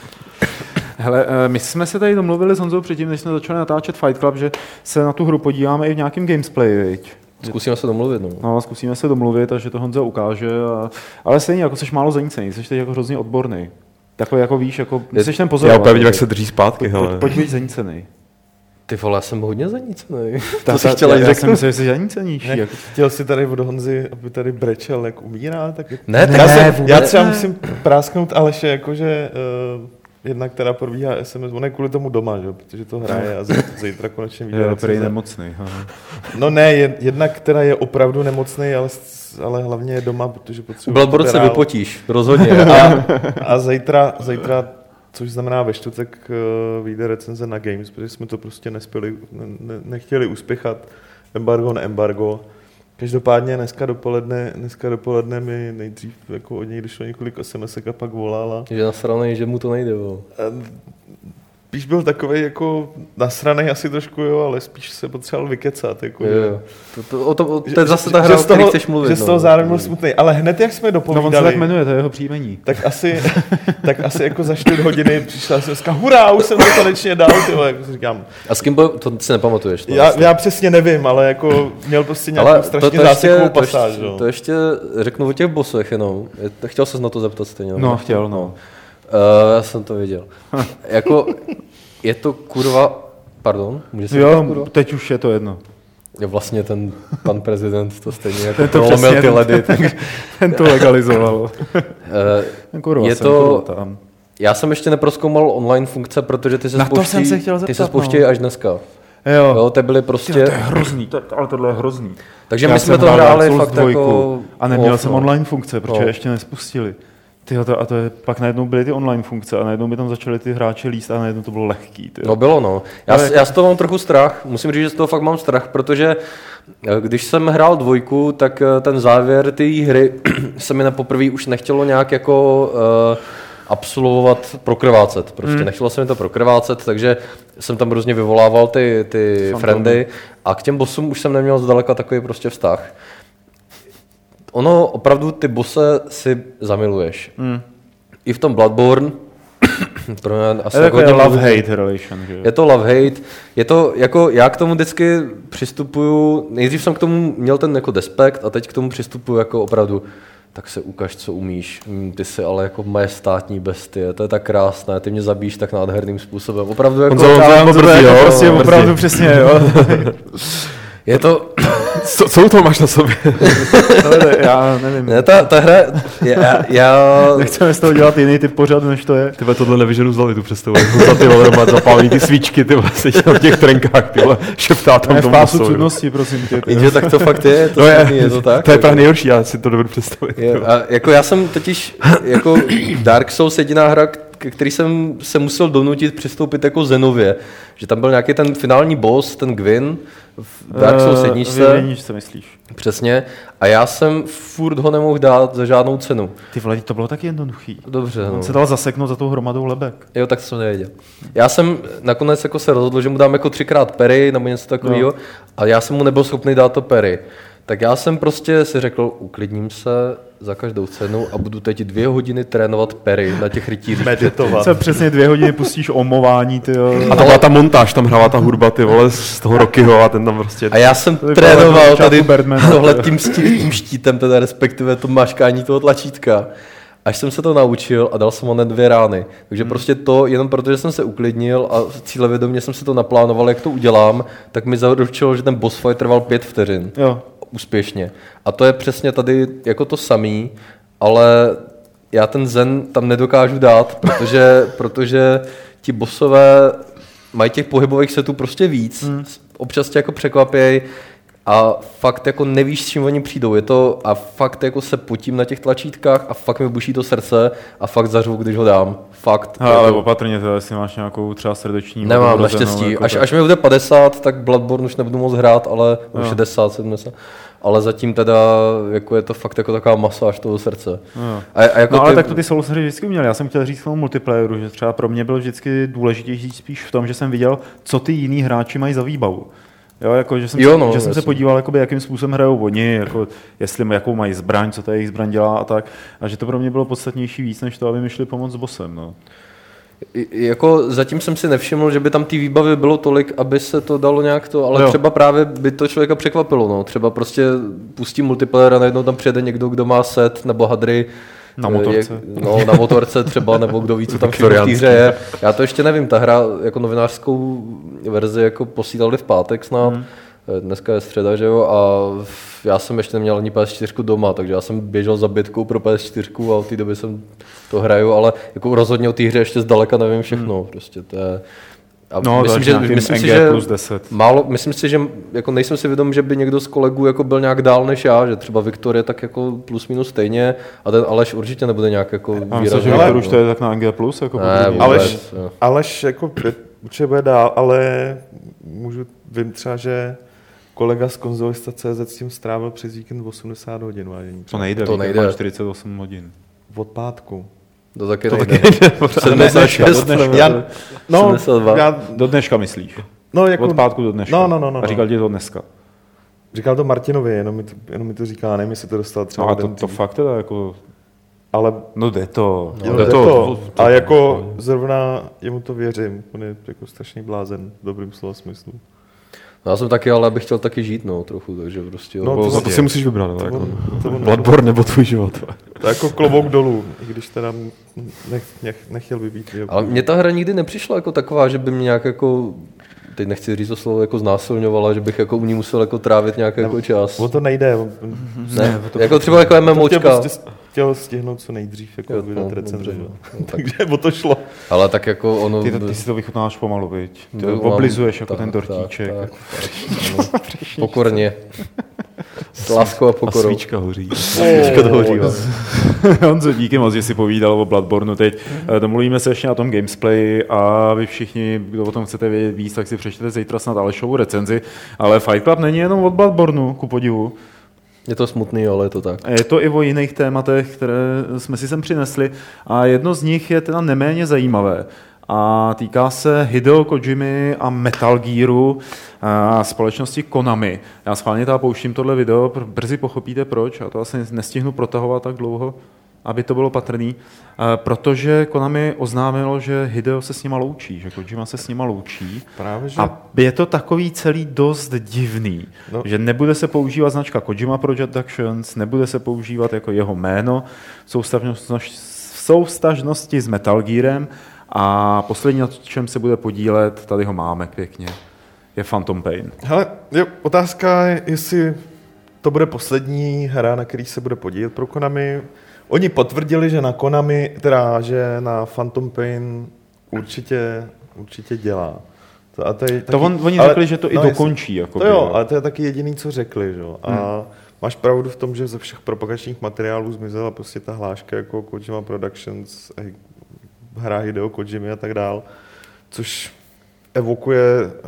Hele, my jsme se tady domluvili s Honzou předtím, než jsme začali natáčet Fight Club, že se na tu hru podíváme i v nějakém gamesplayi, viď? Zkusíme se domluvit, no. No, zkusíme se domluvit a že to Honza ukáže. Ale stejně, jako jsi málo zanícený, jsi teď jako hrozně odborný. Takový jako víš, jako jsi ten pozorovatel. Já úplně vidím, jak se drží zpátky, hele. Pojď být zanícený. Ty vole, já jsem hodně zanícený. To jsi chtěl řekl. Já jsem myslel, že jsi zanícenější. Jako. Chtěl jsi tady od Honzy, aby tady brečel, jak umírá? Tak... Já třeba musím prásknout Aleše, jakože jednak která probíhá SMS, on je kvůli tomu doma, že? Protože to hraje a zítra konečně vyjde. Je prý nemocný. No ne, jednak která je opravdu nemocný, ale hlavně je doma, protože potřebuje... Bloodborne se vypotíš, rozhodně. A zítra, což znamená ve čtvrtek, vyjde recenze na Games, protože jsme to prostě nechtěli uspěchat, embargo, neembargo. Každopádně dneska dopoledne mi nejdřív jako od něj došlo několik SMSek a pak volala. Že nasranej, že mu to nejde, Spíš byl takovej jako nasranej asi trošku, jo, ale spíš se potřeboval vykecat. Jako, jo. To je zase ta hra, o které chceš mluvit. Že z toho zároveň byl smutný. Ale hned, jak jsme dopovídali... No on se tak jmenuje, to je jeho příjmení. Tak asi jako za 4 hodiny přišla SMSka, hurá, už jsem to konečně dal, tyhle, jako si říkám. A s kým byl, to si nepamatuješ? Já přesně nevím, ale jako měl prostě nějakou strašně zásekovou pasáž. To ještě řeknu o těch bossech jenom. Chtěl ses na to zeptat stejně. No, chtěl, no. Já jsem to věděl. Jako, je to kurva... Pardon? Může se jo, teď už je to jedno. Je vlastně ten pan prezident to stejně jako prolomil ty ledy. Ten to legalizoval. Je to... Já jsem ještě neprozkoumal online funkce, protože ty se spouštějí až dneska. Jo, ty byly prostě... To je hrozný, ale tohle je hrozný. Takže my jsme to hráli fakt jako... A neměl jsem online funkce, protože ještě nespustili. A to je, pak najednou byly ty online funkce a najednou by tam začaly ty hráči líst a najednou to bylo lehký. No bylo, no. Já z toho mám trochu strach, musím říct, že z toho fakt mám strach, protože když jsem hrál 2, tak ten závěr té hry se mi na poprvé už nechtělo nějak jako absolvovat, prokrvácet. Prostě nechtělo se mi to prokrvácet, takže jsem tam různě vyvolával ty friendy a k těm bossům už jsem neměl zdaleka takový prostě vztah. Ono opravdu ty bosse si zamiluješ. I v tom Bloodborne Pro mě asi je jako love-hate relation, že? Je to love-hate, je to jako, já k tomu vždycky přistupuju, nejdřív jsem k tomu měl ten jako despekt a teď k tomu přistupuju jako opravdu, tak se ukaž, co umíš, ty jsi ale jako majestátní bestie, to je tak krásné, ty mě zabíš tak nádherným způsobem, opravdu jako... Prostě opravdu přesně, jo. Je to... Co to máš na sobě? Já nevím. Ne, ta hra... Já... Nechceme z toho dělat jiný typ pořadu, než to je. Tyhle tohle nevyženu zlavit tu představu. Za ty vole, má zapálený ty svíčky, ty vole, sedí na těch trenkách, ty vole, šeptá tam tomu pásu cudnosti, prosím tě. Jenže tak to fakt je, je to tak. To je právě nejhorší, já si to dovedu představit. A jako já jsem totiž, jako Dark Souls jediná hra, který jsem se musel donutit přistoupit jako Zenově. Že tam byl nějaký ten finální boss, ten Gwyn, v Dark Souls jedničce. V jedničce myslíš. Přesně. A já jsem furt ho nemohl dát za žádnou cenu. Ty vole, to bylo taky jednoduchý. Dobře. On se dal zaseknout za tou hromadou lebek. Jo, tak to jsem nevěděl. Já jsem nakonec jako se rozhodl, že mu dám jako 3x parry nebo něco takového. A já jsem mu nebyl schopný dát to parry. Tak já jsem prostě si řekl, uklidním se za každou cenu a budu teď 2 hodiny trénovat parry na těch rytířích. Meditovat. Se přesně 2 hodiny pustíš omování, ty jo. A tam byla ta montáž, tam hrála ta hudba, ty vole, z toho Rockyho a ten tam prostě... A já jsem trénoval tady tohle tím štítem, teda respektive to maškání toho tlačítka. Až jsem se to naučil a dal jsem ho na 2 rány. Takže prostě to, jenom protože jsem se uklidnil a cílevědomě jsem si to naplánoval, jak to udělám, tak mi zaručilo, že ten boss fight trval 5 vteřin. Jo. Úspěšně. A to je přesně tady jako to samý, ale já ten zen tam nedokážu dát, protože ti bossové mají těch pohybových setů prostě víc. Občas tě jako překvapějí a fakt jako nevíš, s čím oni přijdou. Je to a fakt jako se potím na těch tlačítkách a fakt mi buší to srdce a fakt zařvu, když ho dám. Fakt. Ale opatrně, teda, jestli máš nějakou třeba srdeční... Nemám, naštěstí. Jako až mi bude 50, tak Bloodborne už nebudu moc hrát, ale 60, 70. Ale zatím teda jako je to fakt jako taková masáž toho srdce. A jako ale tak to ty Souls hry vždycky měl. Já jsem chtěl říct v tom multiplayeru, že třeba pro mě bylo vždycky důležitější spíš v tom, že jsem viděl, co ty jiní hráči mají za výbavu. Jo, jako, že jsem se podíval, jakoby, jakým způsobem hrajou oni, jako, jestli jakou mají zbraň, co ta jejich zbraň dělá a tak. A že to pro mě bylo podstatnější víc, než to, aby mi šli pomoct s bossem. No. Jako zatím jsem si nevšiml, že by tam ty výbavy bylo tolik, aby se to dalo nějak to, ale třeba právě by to člověka překvapilo. No. Třeba prostě pustí multiplayer a najednou tam přijede někdo, kdo má set nebo hadry. Na motorce. Na motorce třeba, nebo kdo ví, co tam v té hře je. Já to ještě nevím, ta hra jako novinářskou verzi jako posílali v pátek snad. Dneska je středa, že jo, a já jsem ještě neměl ani PS4 doma, takže já jsem běžel za bitkou pro PS4 a od té doby jsem to hraju, ale jako rozhodně o té hře ještě zdaleka nevím všechno, prostě to je... A myslím si, že jako nejsem si vědom, že by někdo z kolegů jako byl nějak dál než já, že třeba Viktor je tak jako plus minus stejně a ten Aleš určitě nebude nějak jako výrazný. Že Viktor už to je tak na NG+, jako ne, Aleš jako určitě bude dál, ale vím třeba, že kolega z Konzolista.cz s tím strávil přes víkend 80 hodin. Vážení. To nejde, to nejde. 48 hodin. Od pátku. To taky nejde. 76. Do dneška myslíš? No, jako, od pátku do dneška. No. A říkal ti to dneska? Říkal to Martinovi, jenom mi to říká, nevím, jestli to dostal třeba. A to fakt teda jako... Ale... No jde to. Jde to. A jako zrovna jemu to věřím. On je jako strašný blázen v dobrým slova smyslu. Já jsem taky, ale bych chtěl taky žít, trochu, takže prostě... No, to si musíš vybrat, Bloodborne nebo tvůj život. To jako klobouk dolů, i když teda nechtěl by být. Ale mně ta hra nikdy nepřišla jako taková, že by mě nějak jako... Teď nechci říct to slovo, jako znásilňovala, že bych jako u ní musel jako trávit nějaký jako čas. O to nejde. Ne, jako třeba jako MMOčka. Chtěl stihnout co nejdřív, jako vydat recenze. Takže o to šlo. Ale tak jako ono... Ty si to vychutnáš pomalu, viď? Ty oblizuješ jako ten dortíček. Pokorně. S láskou a pokorou. A svíčka hoří. Svíčka to hoří. Honzo, díky moc, že jsi povídal o Bloodborneu teď. Domluvíme se ještě na tom gamesplay a vy všichni, kdo o tom chcete vědět víc, tak si přečtěte zítra snad Alešovu recenzi. Ale Fight Club není jenom od Bloodborneu, ku podivu. Je to smutný, ale je to tak. Je to i o jiných tématech, které jsme si sem přinesli a jedno z nich je teda neméně zajímavé. A týká se Hideo Kojimy a Metal Gearu a společnosti Konami. Já schválně pouštím tohle video, brzy pochopíte proč, a to asi nestihnu protahovat tak dlouho. aby to bylo patrný, protože Konami oznámilo, že Hideo se s nima loučí, že Kojima se s nima loučí. Právě, že... A je to takový celý dost divný, že nebude se používat značka Kojima Productions, nebude se používat jako jeho jméno v souvztažnosti s Metal Gearem a poslední, na čem se bude podílet, tady ho máme pěkně, je Phantom Pain. Hele, otázka je, jestli to bude poslední hra, na který se bude podílet pro Konami. Oni potvrdili, že na Konami, teda, že na Phantom Pain určitě dělá. Oni řekli, že to i dokončí. To jo, ale to je taky jediný, co řekli. Že? A máš pravdu v tom, že ze všech propagačních materiálů zmizela prostě ta hláška jako Kojima Productions, hra Hideo Kojimy a tak dál, což evokuje,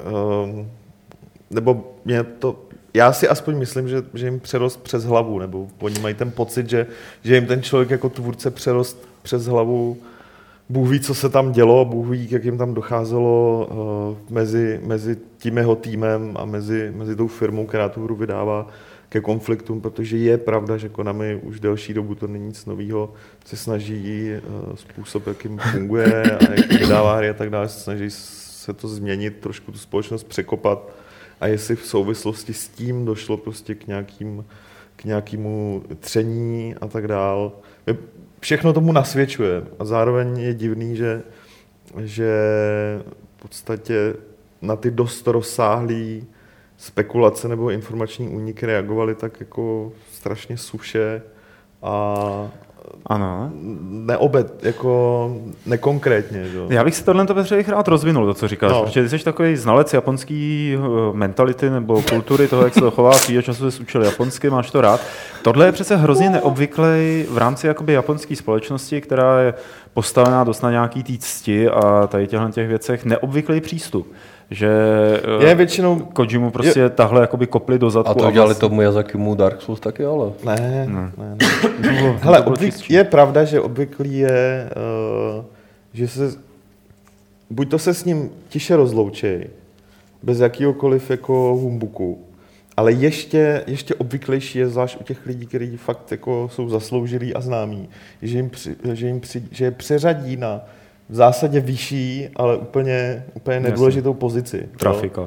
nebo mě to, já si aspoň myslím, že jim přerost přes hlavu, nebo oni mají ten pocit, že jim ten člověk jako tvůrce přerost přes hlavu. Bůh ví, co se tam dělo, Bůh ví, jak jim tam docházelo mezi tím jeho týmem a mezi tou firmou, která tu hru vydává, ke konfliktům, protože je pravda, že Konami už delší dobu, to není nic novýho, se snaží způsob, jakým funguje a jak vydává hry a tak dále, se snaží se to změnit, trošku tu společnost překopat a jestli v souvislosti s tím došlo prostě k nějakému tření a tak dále. Všechno tomu nasvědčuje a zároveň je divný, že v podstatě na ty dost rozsáhlý spekulace nebo informační úniky reagovali tak jako strašně suše a ano. Jako nekonkrétně. Že? Já bych si tohle rád rozvinul, to, co říkáš, protože ty jsi takový znalec japonský mentality nebo kultury, toho, jak se to chová, svýho času jsi učil japonsky, máš to rád. Tohle je přece hrozně neobvyklý v rámci jakoby japonské společnosti, která je postavená dost na nějaký té cti a tady těch věcech, neobvyklý přístup. Že je většinou Kojimu prostě tahle jakoby kopli do zadku. A to dělali tomu Miyazakimu Dark Souls taky, ale? Ne. Hele, je pravda, že obvyklý je, že se buď to se s ním tiše rozloučí, bez jakýhokoliv jako humbuku, ale ještě obvyklejší je zvlášť u těch lidí, kteří fakt jako jsou zasloužilí a známí, že je přeřadí na v zásadě vyšší, ale úplně nedůležitou pozici. Trafika.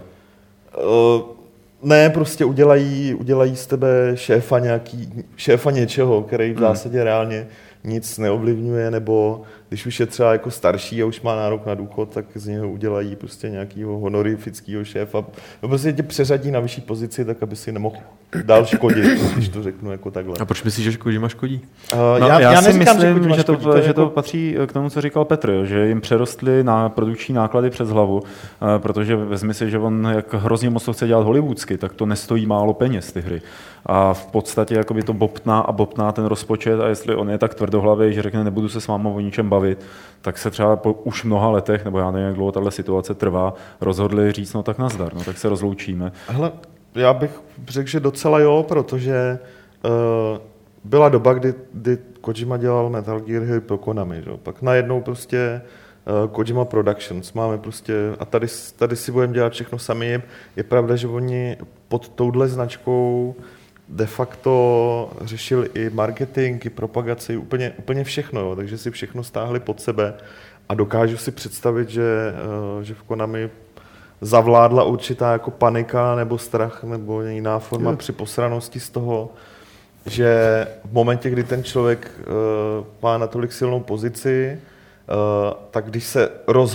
Ne, prostě udělají z tebe šéfa něčeho, který v zásadě reálně nic neovlivňuje, nebo když už je třeba jako starší a už má nárok na důchod, tak z něho udělají prostě nějakého honorifického šéfa. No prostě tě přeřadí na vyšší pozici, tak aby si nemohl dál škodit, když to řeknu jako takhle. A proč myslíš, že Kojima škodí? Já si myslím, že to patří k tomu, co říkal Petr, že jim přerostly na produkční náklady přes hlavu, protože vezmi si, že on jak hrozně moc to chce dělat hollywoodsky, tak to nestojí málo peněz ty hry. A v podstatě jakoby to bobtná ten rozpočet a jestli on je tak tvrdohlavý, že řekne, nebudu se s váma o ničem bavit, tak se třeba po už mnoha letech, nebo já nevím, jak dlouho tahle situace trvá, rozhodli říct, no tak nazdar, no tak se rozloučíme. Hele, já bych řekl, že docela jo, protože byla doba, kdy Kojima dělal Metal Gear hry pro Konami, že? Pak najednou prostě Kojima Productions máme prostě, a tady si budeme dělat všechno sami. Je pravda, že oni pod touhle značkou de facto řešili i marketing, i propagaci, úplně všechno, jo, takže si všechno stáhli pod sebe a dokážu si představit, že v Konami zavládla určitá jako panika nebo strach nebo jiná forma při posranosti z toho, že v momentě, kdy ten člověk má natolik silnou pozici, tak když se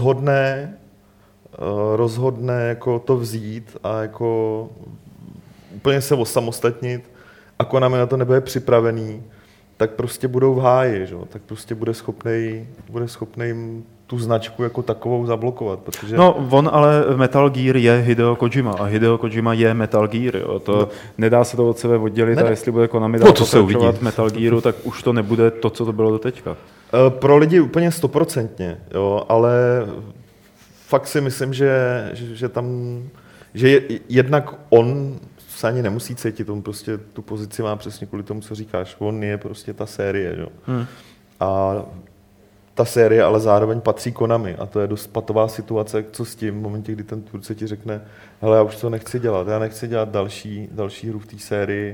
rozhodne jako to vzít a jako úplně se osamostatnit a Konami na to nebude připravený, tak prostě budou v háji, že? Tak prostě bude schopnej jim tu značku jako takovou zablokovat. Protože... No, on ale Metal Gear je Hideo Kojima a Hideo Kojima je Metal Gear. Jo. To nedá se to od sebe oddělit a jestli bude Konami dál pokračovat Metal Gearu, tak už to nebude to, co to bylo doteďka. Pro lidi úplně 100%, jo, ale fakt si myslím, že tam, že jednak on se ani nemusí cítit, on prostě tu pozici má přesně kvůli tomu, co říkáš. On je prostě ta série, jo. A ta série ale zároveň patří Konami a to je dost patová situace, co s tím v momentě, kdy ten tvůrce ti řekne, hele, já už to nechci dělat, já nechci dělat další hru v té sérii,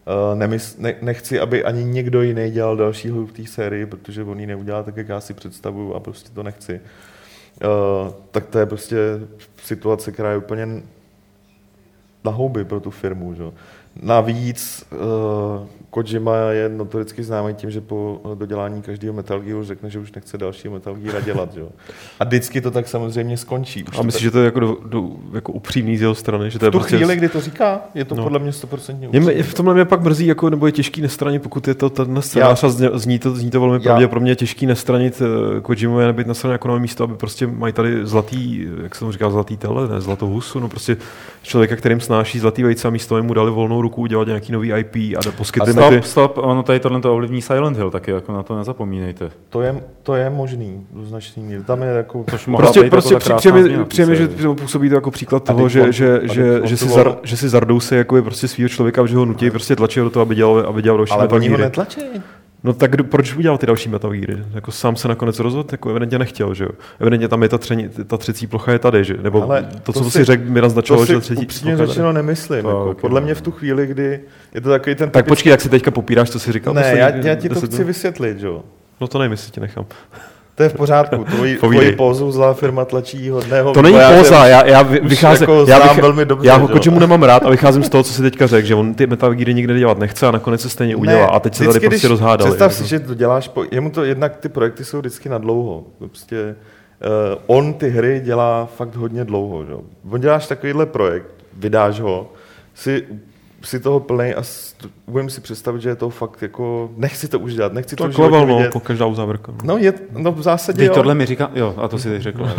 Nechci, aby ani někdo jiný dělal další hru v té sérii, protože on ji neudělá tak, jak já si představuju a prostě to nechci. Tak to je prostě situace, která je úplně na houby pro tu firmu. Že? Navíc Kojima je notoricky známý tím, že po dodělání každého Metal Gearu řekne, že už nechce dalšího Metal Geara dělat. Že? A vždycky to tak samozřejmě skončí. A myslíš, že to je jako upřímný z jeho strany? Že to je v tu prostě... chvíli, kdy to říká, je to podle mě 100% upřímný. V tomhle mě pak mrzí, jako, nebo je těžký nestranit, pokud je to ten scénář a zní to velmi pravděpodobně těžký nestranit Kojimu a nebýt na straně jako nové místo, aby prostě mají tady zlatý, jak jsem říkal, zlatý tele, ne, zlatou husu, no prostě člověka, kterým snáší zlatý vejce a místo mu dali volnou ruku udělat nějaký nový IP a poskytli ty... Stop, ono tady tohle to ovlivní Silent Hill, taky jako na to nezapomínejte. To je možný, do značný míry. Tam je jako... Prostě přijeme, že působí to jako příklad toho, že si zardousí jako prostě svýho člověka, že ho nutí prostě tlačí do toho, aby dělal další ale Metal oni ho Geary. netlačí. No tak proč udělal ty další Metal Geary? Jako sám se nakonec rozhodl, jako evidentně nechtěl, že jo? Evidentně tam je ta třecí plocha je tady, že? Nebo ale to, co si řekl, mi naznačilo, že třetí upřímně řečeno nemyslím. Jako, okay, podle mě v tu chvíli, kdy je to takový ten... Tak počkej, jak si teďka popíráš, co jsi říkal? Ne, já ti to chci vysvětlit, že jo? No to nevím, jestli ti nechám. To je v pořádku, tvoji pózu zlá firma tlačí hodného... To není póza, já vycházím... Já ho Kojimu nemám rád a vycházím z toho, co si teďka řekl, že on ty Metal Geary nikdy dělat nechce a nakonec se stejně udělá a teď se tady prostě rozhádali. Představ si, že to děláš, jemu to jednak ty projekty jsou vždycky na dlouho. Prostě on ty hry dělá fakt hodně dlouho. Že? On děláš takovýhle projekt, vydáš ho, si toho plnej a budem si představit, že je to fakt jako, nechci to už dělat, nechci to už vidět. Po každá uzávěrka. No v zásadě jo. Tohle mi říká, jo, a to si teď řekl.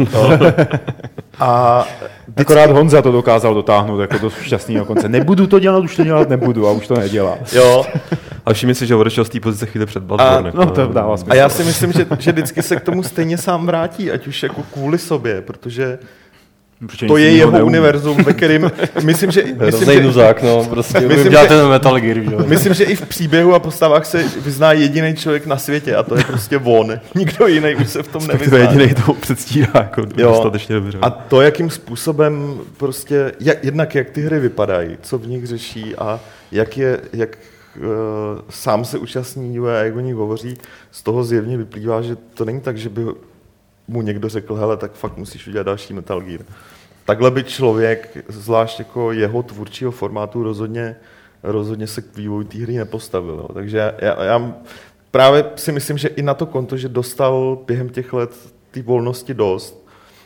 A akorát Honza to dokázal dotáhnout jako do šťastného konce. Nebudu to dělat, už to dělat nebudu a už to nedělá. Jo. A všimni si, že odešel z té pozice chvíli před Bloodborne. No to dává smysl. A já si myslím, že vždycky se k tomu stejně sám vrátí, ať už jako kvůli sobě, protože to je jeho univerzum, ve kterým myslím, že myslím, že i v příběhu a postavách se vyzná jediný člověk na světě a to je prostě on. Nikdo jiný už se v tom nevyzná. Jediný to předstírá jako dostatečně dobře. A to, jakým způsobem prostě, jednak jak ty hry vypadají, co v nich řeší a jak sám se účastní a jak o nich hovoří, z toho zjevně vyplývá, že to není tak, že by mu někdo řekl, hele, tak fakt musíš udělat další Metal Gear. Takhle by člověk, zvlášť jako jeho tvůrčího formátu, rozhodně se k vývoji té hry nepostavil. Jo. Takže já právě si myslím, že i na to konto, že dostal během těch let té volnosti dost,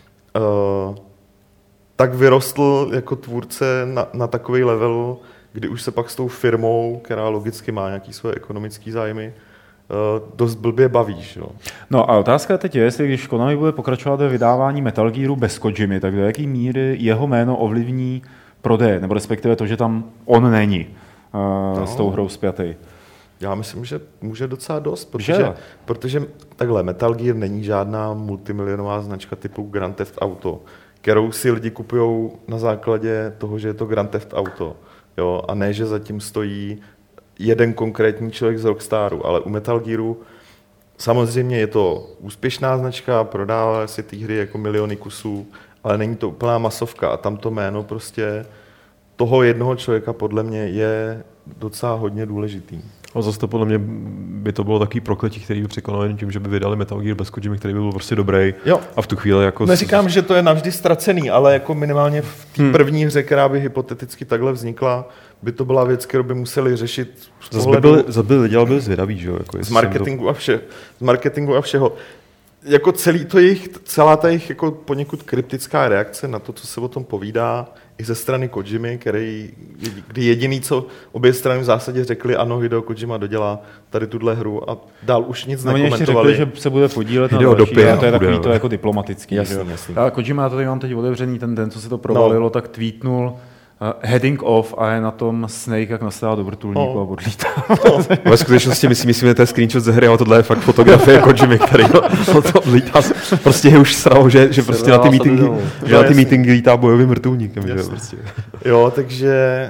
tak vyrostl jako tvůrce na takový level, kdy už se pak s tou firmou, která logicky má nějaký svoje ekonomické zájmy, dost blbě bavíš. Jo. No a otázka teď je, jestli když Konami bude pokračovat ve vydávání Metal Gearu bez Kojimy, tak do jaký míry jeho jméno ovlivní prodeje, nebo respektive to, že tam on není s tou hrou spjatý. Já myslím, že může docela dost, protože takhle Metal Gear není žádná multimilionová značka typu Grand Theft Auto, kterou si lidi kupujou na základě toho, že je to Grand Theft Auto. Jo? A ne, že zatím stojí jeden konkrétní člověk z Rockstaru, ale u Metal Gearu samozřejmě je to úspěšná značka, prodává si ty hry jako miliony kusů, ale není to úplná masovka a tam to jméno prostě toho jednoho člověka podle mě je docela hodně důležitý. A zase to podle mě by to bylo takový prokletí, který by překonal jen tím, že by vydali Metal Gear bez Kojimy, který by byl prostě dobrý. Jo. A v tu chvíli jako... Neříkám, že to je navždy ztracený, ale jako minimálně v té první hře, která by hypoteticky takhle vznikla, by to byla věc, kterou by museli řešit z pohledu... Zase by lidi byli zvědaví, že jo? Jako z marketingu a všeho. Jako celá ta jejich jako poněkud kryptická reakce na to, co se o tom povídá, i ze strany Kojimy, kdy jediný, co obě strany v zásadě řekli, ano, Hideo Kojima dodělá tady tuhle hru a dál už nic nekomentovali. Ještě řekli, že se bude podílet na další, a to je takový to jako diplomatický. Jasný. A Kojima, já to tady mám teď otevřený, ten co se to provalilo, tak tweetnul heading off a je na tom Snake, jak nastává do vrtulníku a odlítá. Ve skutečnosti myslím, že to je screenshot ze hry, ale tohle je fakt fotografie Kojimy, který to odlítá. Prostě je už sralo, že prostě na ty meetingy lítá bojovým vrtulníkem. Že prostě. Jo, takže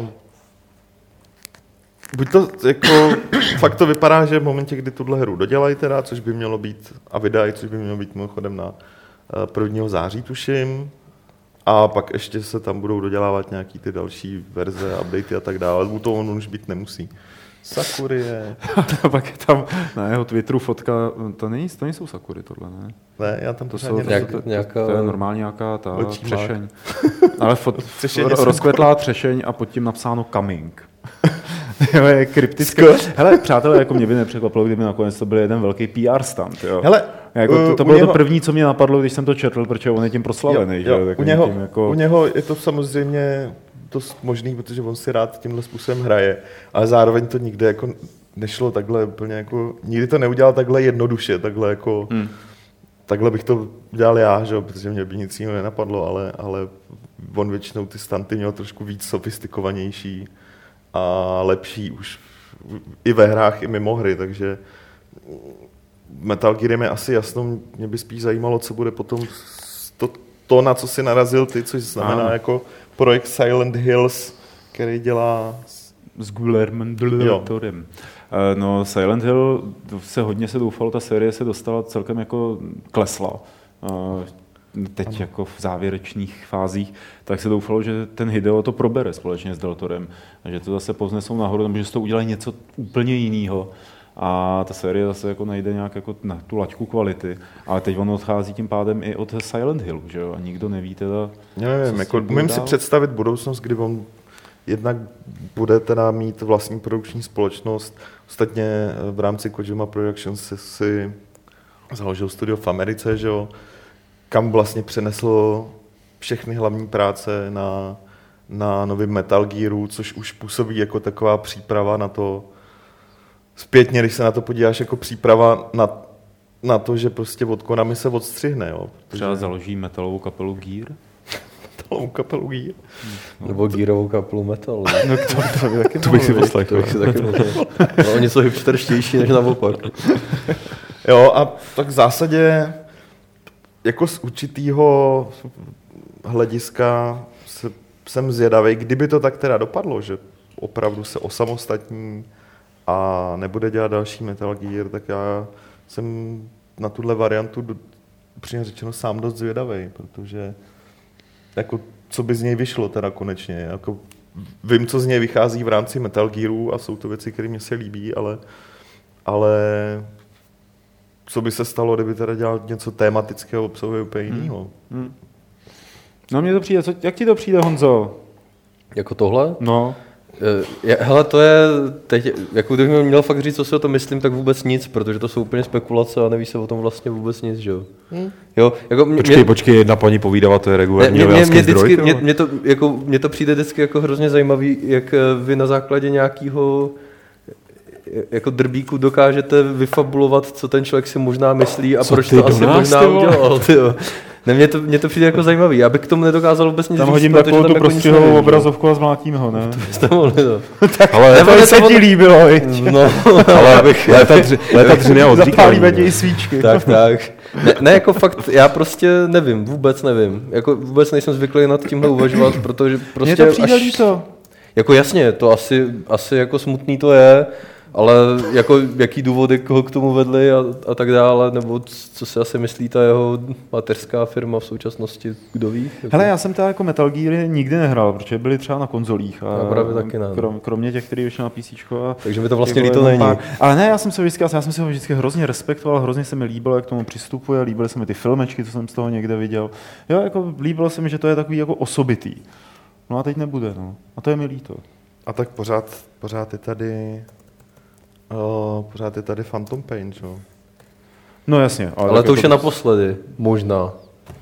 buď to jako fakt to vypadá, že v momentě, kdy tuhle hru dodělají teda, což by mělo být a vydají, což by mělo být mimochodem na 1. září tuším, A pak ještě se tam budou dodělávat nějaký ty další verze, updaty a tak dále. U toho on už být nemusí. Sakury je... A pak je tam na jeho Twitteru fotka, to nejsou sakury tohle, ne? Ne, já tam to jsou nějaká... To je normálně nějaká ta třešeň. Ale rozkvetlá třešeň a pod tím napsáno coming. Jo, je kryptické. Hele, přátelé, jako mě by nepřekvapilo, kdyby nakonec to byl jeden velký PR stunt. Jo. Hele, jako to bylo to první, co mě napadlo, když jsem to četl, protože on je tím proslavený. Jo. U něho je to samozřejmě dost možný, protože on si rád tímhle způsobem hraje, ale zároveň to nikdy jako nešlo takhle úplně jako, nikdy to neudělal takhle jednoduše, takhle jako, takhle bych to udělal já, že? Protože mě by nic jiného nenapadlo, ale on většinou ty stunty měl trošku víc sofistikovanější a lepší už i ve hrách, i mimo hry, takže Metal Gear je asi jasno, mě by spíš zajímalo, co bude potom to na co si narazil ty, což znamená jako projekt Silent Hills, který dělá s Guillermem del Torem. No, Silent Hill se doufalo, ta série se dostala celkem jako klesla. Teď jako v závěrečných fázích, tak se doufalo, že ten Hideo to probere společně s Del Torem a že to zase povznesou nahoru, nebo že z toho udělají něco úplně jiného. A ta série zase jako najde nějak jako na tu laťku kvality, ale teď on odchází tím pádem i od Silent Hillu, že jo, a nikdo neví teda... Nevím, jako umím si představit budoucnost, kdy on jednak bude teda mít vlastní produkční společnost, ostatně v rámci Kojima Productions si založil studio v Americe, že jo, kam vlastně přenesl všechny hlavní práce na novém Metal Gearu, což už působí jako taková příprava na to, zpětně, když se na to podíváš jako příprava na to, že prostě od Konami se odstřihne. Jo, třeba založí metalovou kapelu Gear? Metalovou kapelu Gear? Nebo Gearovou kapelu Metal. No to bych si poslechl. No, něco hipsterštější než naopak. Jo, a tak v zásadě jako z určitýho hlediska jsem zvědavý, kdyby to tak teda dopadlo, že opravdu se osamostatní a nebude dělat další Metal Gear, tak já jsem na tuhle variantu upřímně řečeno sám dost zvědavý, protože jako, co by z něj vyšlo teda konečně. Jako, vím, co z něj vychází v rámci Metal Gearu a jsou to věci, které mě se líbí, ale co by se stalo, kdyby teda dělal něco tématického, obsahuje úplně jinýho. No mně to přijde, jak ti to přijde, Honzo? Jako tohle? No. Hele, to je teď, jako kdybych měl fakt říct, co si o tom myslím, tak vůbec nic, protože to jsou úplně spekulace a neví se o tom vlastně vůbec nic, že jo? Jo, jako počkej, jedna paní povídala, to je regulární novinářský zdroj. Mně to přijde vždycky jako hrozně zajímavý, jak vy na základě nějakého jako drbíku dokážete vyfabulovat, co ten člověk si možná myslí a proč to asi možná udělal, tyjo. Ne, mně to přijde jako zajímavý. Já bych k tomu nedokázal vůbec nic říct. Tam hodím takovou tu prostřihovou obrazovku a zmlátím ho, ne? To byste mohli, no. Tak ale to se ti líbilo, no, ale abych léta dřiny a odříkal. Zapálíme ti i svíčky. Tak. Ne, jako fakt, já prostě nevím, vůbec nevím. Jako vůbec nejsem zvyklý nad tímhle uvažovat, protože prostě... Mně to přijde líto. Jako jasně, to asi jako smutný to je, ale jako jaký důvody koho k tomu vedli a tak dále, nebo co si asi myslí ta jeho mateřská firma v současnosti, kdo ví? Jako... Hele, já jsem teda jako Metal Gear nikdy nehrál, protože byli třeba na konzolích. A právě taky ne. Kromě těch, který vyšel na PCčko. Takže mi to vlastně líto není. Ale ne, já jsem si ho vždycky hrozně respektoval, hrozně se mi líbilo, jak k tomu přistupuje, líbily se mi ty filmečky, co jsem z toho někde viděl. Jo, jako líbilo se mi, že to je takový jako osobitý. No a teď nebude, no. A to je mi líto. A tak pořád je tady... pořád je tady Phantom Pain, jo? No jasně. Ale to už je naposledy, možná.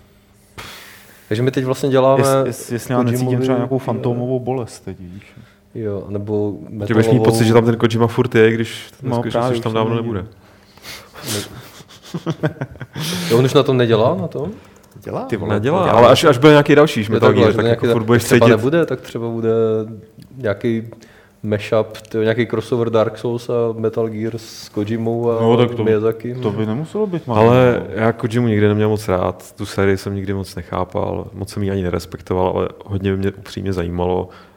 Takže my teď vlastně děláme... Jestli já necítím třeba nějakou fantomovou bolest teď, víš. Jo, nebo metalovou... Ty budeš mít pocit, že tam ten Kojima furt je, když už tam dávno nebude. Jo, on už na tom nedělá, na tom? Nedělá, ale až bude nějaký další Metal Gear, tak jako furt budeš třeba nebude, tak třeba bude nějaký mashup, nějaký crossover Dark Souls a Metal Gear s Kojimou a Miyazaki. To by nemuselo být málo. Ale já Kojimu nikdy neměl moc rád, tu sérii jsem nikdy moc nechápal, moc jsem ji ani nerespektoval, ale hodně mě upřímně zajímalo,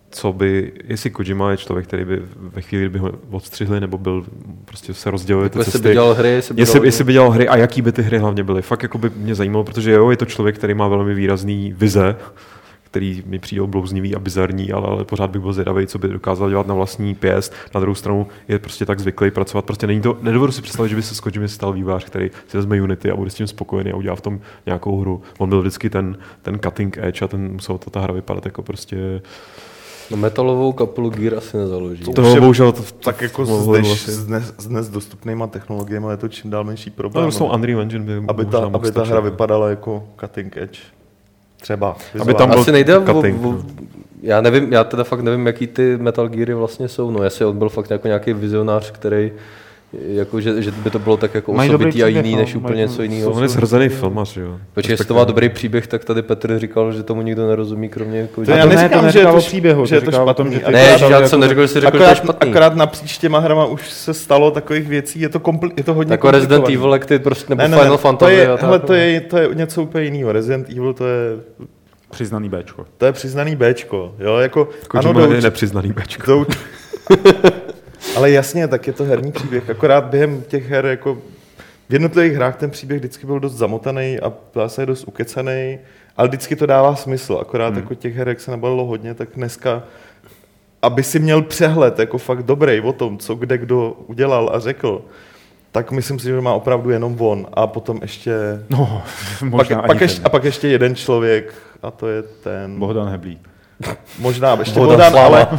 jestli Kojima je člověk, který by ve chvíli, kdyby ho odstřihli, nebo byl prostě se rozděluje ty cesty. Jestli by dělal hry a jaký by ty hry hlavně byly. Fakt jako by mě zajímalo, protože je to člověk, který má velmi výrazný vize, který mi přijde blouznivý a bizarní, ale pořád bych byl zvědavý, co by dokázal dělat na vlastní pěst. Na druhou stranu je prostě tak zvyklý pracovat. Prostě nedovedu si představit, že by se s Kojimi stal vývojář, který si vezme Unity a bude s tím spokojený a udělá v tom nějakou hru. On byl vždycky ten cutting edge a musela ta hra vypadat jako prostě... No metalovou kapelu Gear asi nezaloží. To bohužel tak jako s dnes dostupnýma technologiemi je to čím dál menší problém. No, s tou Unreal Engine by aby ta hra vypadala jako cutting edge. Třeba. Aby tam asi nejde já nevím, já teda fakt nevím, jaký ty Metal Geary vlastně jsou. No, jestli on byl fakt jako nějaký vizionář, který jako, že by to bylo tak jako osobitý a jiný, než úplně něco jiného. On je zhrzený filmař, jo. Protože jestli to má dobrý příběh, tak tady Petr říkal, že tomu nikdo nerozumí, kromě jako... Já neříkám, že je to příběhu, že je to špatný. Ne, já jsem neřekl, že jsi řekl, že to je špatný. Akorát napříč těma hrama už se stalo takových věcí, je to hodně komplikované. Jako Resident Evil, jak ty prostě, nebo Final Fantasy. To je něco úplně jiného. Resident Evil to je... Přiznaný Bčko. To je přiznaný Bčko, jo, jako... Kojima je nepřiznaný Bčko. Ale jasně, tak je to herní příběh. Akorát během těch her, jako v jednotlivých hrách ten příběh vždycky byl dost zamotaný a zase je dost ukecaný, ale vždycky to dává smysl. Akorát jako těch her, jak se nabalilo hodně, tak dneska, aby si měl přehled jako fakt dobrý o tom, co kde kdo udělal a řekl, tak myslím si, že má opravdu jenom on. A potom ještě... No, možná pak ještě jeden člověk a to je ten... Bohdan Heblík. Možná ještě Bohdan,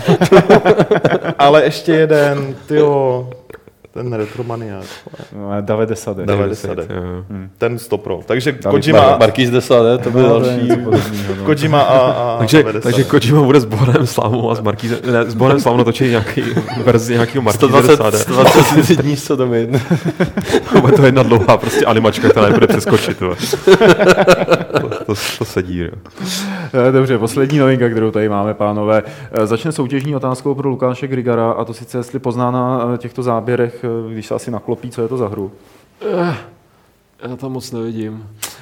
ale ještě jeden, ten retromaniák. David Desade. Ten 100%. Takže Kojima... Marquis Desade, to byl další. Kojima a takže Kojima bude s Bohrem Slávou a s Marquisem... Ne, s Bohrem Slávou natočí nějaký verzi nějakého Marquise Desade. 120 dní sodomit. To je jedna dlouhá prostě animačka, která nebude přeskočit. To sedí. Jo. Dobře, poslední novinka, kterou tady máme, pánové. Začne soutěžní otázkou pro Lukáše Grigara, a to sice, jestli pozná na těchto záběrech, když se asi naklopí, co je to za hru. Já tam moc nevidím.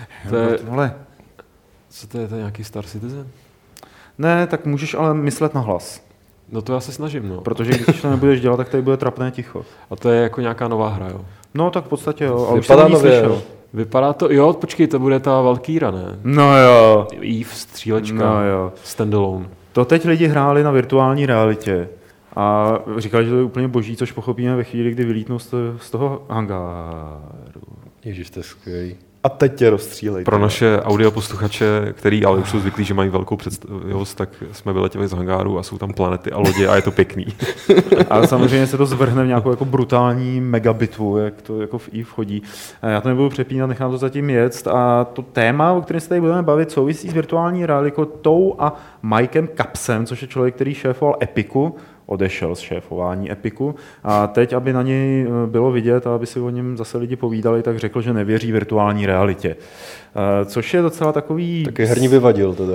Co to je nějaký Star Citizen? Ne, tak můžeš ale myslet na hlas. No to já se snažím, no. Protože když to nebudeš dělat, tak tady bude trapné ticho. A to je jako nějaká nová hra, jo? No tak v podstatě jo, ale vypadá už jsem slyšel. Vypadá to, jo, počkej, to bude ta Valkyra, ne? No jo. Eve, střílečka, standalone. To teď lidi hráli na virtuální realitě a říkali, že to je úplně boží, což pochopíme ve chvíli, kdy vylítnou z toho hangáru. Ježiš, to je skvělý. A teď tě rozstřílej. Pro naše audioposluchače, který ale už jsou zvyklí, že mají velkou představivost, tak jsme vyletěli z hangáru a jsou tam planety a lodě a je to pěkný. Ale samozřejmě se to zvrhne v nějakou jako brutální megabitvu, jak to jako v EVE chodí. Já to nebudu přepínat, nechám to zatím jet. A to téma, o kterém se tady budeme bavit, souvisí s virtuální realitou a Mikem Capsem, což je člověk, který šéfoval Epiku, odešel z šéfování Epiku a teď, aby na něj bylo vidět a aby si o něm zase lidi povídali, tak řekl, že nevěří virtuální realitě. Což je docela takový... Taky herní vyvadil teda.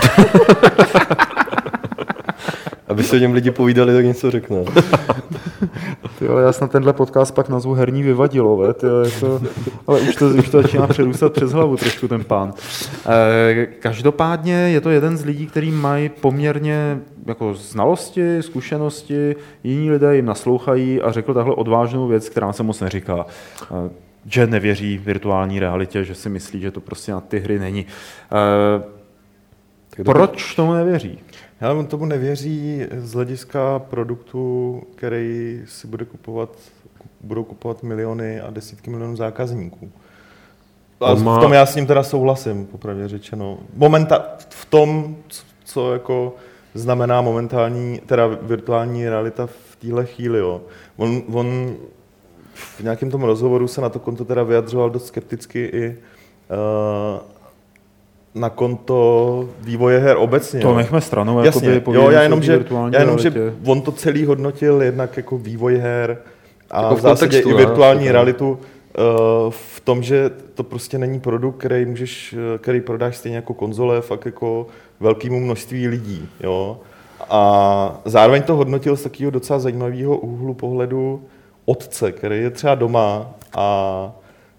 Aby se o něm lidi povídali, tak něco řekne. Jo, já snad tenhle podcast pak nazvu herní vyvadilové, ale už to začíná přerůstat přes hlavu trošku ten pán. Každopádně je to jeden z lidí, který mají poměrně jako znalosti, zkušenosti, jiní lidé jim naslouchají a řekl tahle odvážnou věc, která se moc neříká. Že nevěří virtuální realitě, že si myslí, že to prostě na ty hry není. Proč tomu nevěří? On tomu nevěří z hlediska produktu, který si budou kupovat miliony a desítky milionů zákazníků. A v tom já s ním teda souhlasím, popravdě řečeno. V tom, co jako znamená teda virtuální realita v téhle chvíli. Jo. On v nějakém tom rozhovoru se na to konto teda vyjadřoval dost skepticky i na konto vývoje her obecně. To nechme stranou. Jasně, jo, já jenom, že on to celý hodnotil jednak jako vývoj her a jako v zásadě i virtuální realitu v tom, že to prostě není produkt, který prodáš stejně jako konzole, fakt jako velkému množství lidí. Jo? A zároveň to hodnotil z takového docela zajímavého úhlu pohledu otce, který je třeba doma a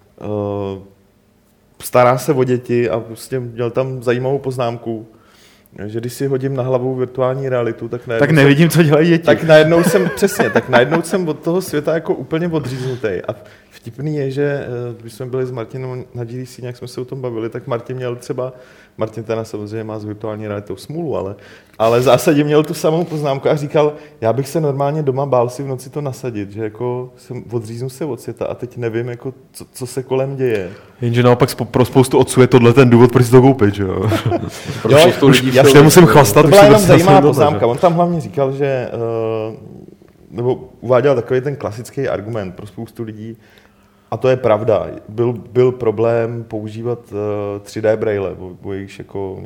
stará se o děti a prostě měl tam zajímavou poznámku, že když si hodím na hlavu virtuální realitu, tak nevidím, co dělají děti. Tak najednou jsem od toho světa jako úplně odříznutý. A vtipný je, že když jsme byli s Martinem na GDC, nějak jsme se o tom bavili, tak Martin teda samozřejmě má s virtuální realitou smůlu, ale v zásadě měl tu samou poznámku a říkal, já bych se normálně doma bál si v noci to nasadit, že jako odříznu se od světa a teď nevím, jako, co se kolem děje. Jenže naopak pro spoustu otců je tohle ten důvod, proč si to koupit, že jo? Já už nemusím chlastat. To byla jenom zajímavá poznámka. On tam hlavně říkal, že nebo uváděl takový ten klasický argument pro spoustu lidí, a to je pravda. Byl problém používat 3D braille, bo již jako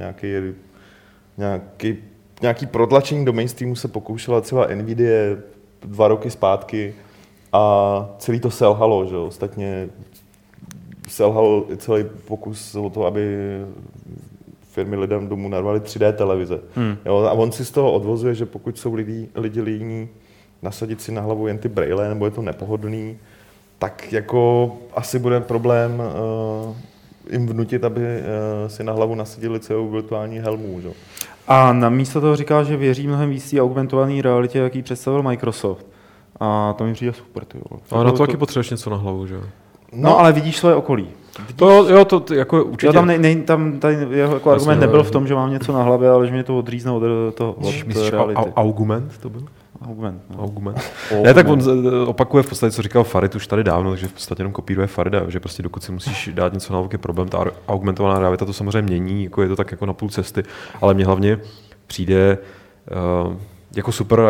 nějaký protlačení do mainstreamu se pokoušela třeba Nvidia 2 roky zpátky a celý to selhalo, že? Ostatně selhal celý pokus o to, aby firmy lidem domů narvali 3D televize. Jo? A on si z toho odvozuje, že pokud jsou lidi líní nasadit si na hlavu jen ty braille, nebo je to nepohodlný, tak jako asi bude problém jim vnutit, aby si na hlavu nasadili celou virtuální helmu. Že? A namísto toho říká, že věří mnohem víc té augmentované realitě, jaký představil Microsoft. A to mi přijde super. Ale na to taky potřebuješ něco na hlavu, že jo? No, ale vidíš své okolí. To jako určitě. Jo, tam jeho jako argument nebyl v tom, že mám něco na hlavě, ale že mě to odřízne od reality. Argument to byl? Argument. Ne, tak on opakuje v podstatě, co říkal Farid už tady dávno, takže v podstatě jenom kopíruje Farida, že prostě dokud si musíš dát něco na hlavu, je problém. Ta augmentovaná realita to samozřejmě mění, jako je to tak jako na půl cesty, ale mně hlavně přijde jako super,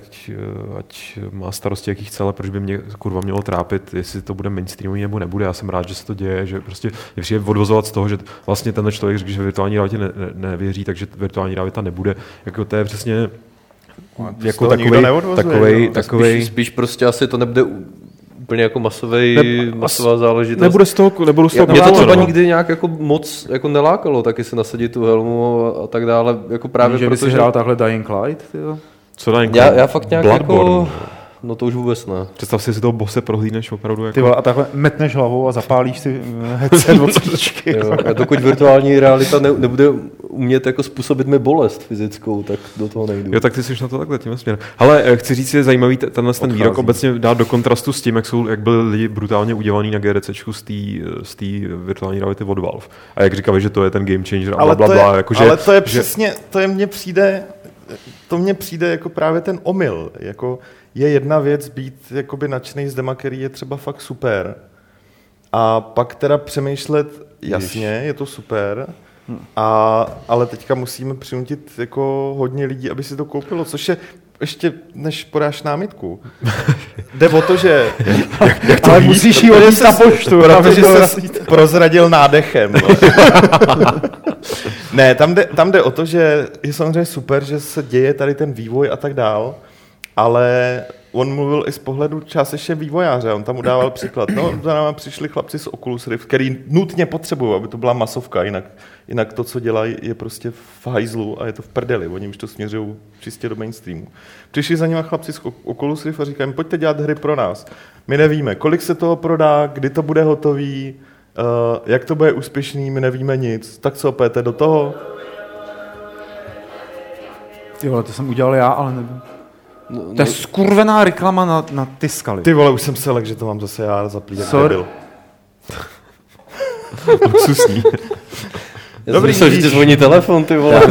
ať má starosti, jaký chce, ale proč by mě kurva mělo trápit, jestli to bude mainstreamový nebo nebude. Já jsem rád, že se to děje, že prostě je přijde odvozovat z toho, že vlastně tenhle člověk říká, že virtuální realitě nevěří, takže virtuální realita nebude. Jako to je přesně jako takovej spíš prostě asi to nebude úplně jako masová záležitost. Nebude z toho mě to třeba nikdy nějak jako moc jako nelákalo, taky si nasadit tu helmu a tak dále, jako právě protože... Že by si hrál takhle Dying Light, tyjo? Co Dying Light? Já fakt nějak Bloodborne. jako... No to už vůbec ne. Představ si toho bose prohlídneš opravdu jako... Ty vole, a takhle metneš hlavou a zapálíš si headset od svíčky. A dokud virtuální realita nebude umět jako způsobit mi bolest fyzickou, tak do toho nejdu. Jo, tak ty jsi na to takhle tím směrem. Ale chci říct, je zajímavý ten výrok obecně dát do kontrastu s tím, jak byli lidi brutálně udělaný na GDCčku z té virtuální reality od Valve. A jak říkali, že to je ten game changer a blablabla. Ale to je přesně, to mně přijde jako právě ten omyl. Jako je jedna věc být jakoby nadšenej z dema, který je třeba fakt super. A pak teda přemýšlet, jasně, je to super, ale teďka musíme přinutit jako hodně lidí, aby si to koupilo, což je ještě, než podáš námitku. Jde o to, že... jak to ale musíš jí odjíst na poštu. Protože jsi prozradil nádechem. No. Ne, tam jde o to, že je samozřejmě super, že se děje tady ten vývoj a tak dál, ale on mluvil i z pohledu částečně vývojáře. On tam udával příklad. No, za náma přišli chlapci z Oculus Rift, který nutně potřebují, aby to byla masovka, jinak to, co dělají, je prostě v hajzlu a je to v prdeli. Oni už to směřují čistě do mainstreamu. Přišli za nima chlapci z Oculus Rift a říkají, pojďte dělat hry pro nás. My nevíme, kolik se toho prodá, kdy to bude hotový, jak to bude úspěšný, my nevíme nic. Tak co, pojďte do toho? Ty vole, to jsem udělal já, ale nevím. To je skurvená reklama na ty skaly. Ty vole, už jsem se lek, že to mám zase já zaplít, jak debil. Luxusní. Dobrý, že ti zvoní telefon, ty vole.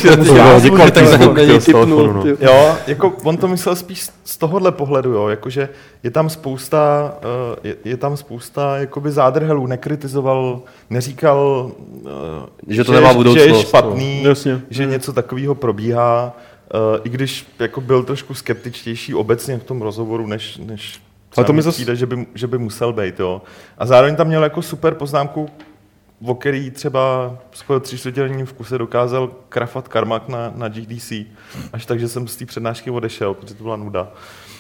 Jo, jako on to myslel spíš z tohohle pohledu, jo, jakože je tam spousta jakoby zádrhelů, nekritizoval, neříkal, že to nemá budoucnost, že je špatný, že něco takového probíhá, i když jako byl trošku skeptičtější obecně v tom rozhovoru, než ale to mi přijde, že by musel být, jo. A zároveň tam měl jako super poznámku, o který třeba skoro 3/4 v kuse dokázal krafat Carmack na GDC, až tak, že jsem z té přednášky odešel, protože to byla nuda.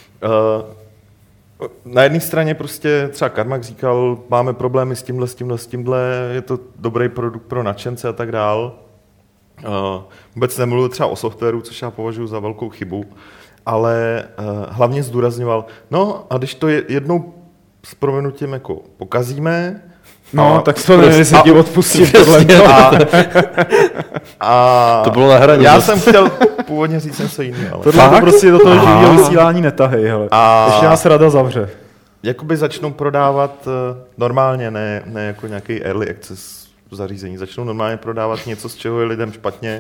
Na jedné straně prostě třeba Carmack říkal, máme problémy s tímhle, je to dobrý produkt pro nadšence a tak dál. Vůbec nemluvil třeba o softwaru, což já považuji za velkou chybu, ale hlavně zdůrazňoval, no a když to jednou s prominutím jako pokazíme, No, tak to nevím, jestli ti odpustím tohle. A to bylo na hraně. Já jsem chtěl původně říct něco jiného. Ale... Tohle to prostě do toho živého vysílání netahej, hele. Ještě nás rada zavře. Jakoby začnou prodávat normálně, ne jako nějaký early access zařízení. Začnou normálně prodávat něco, z čeho je lidem špatně.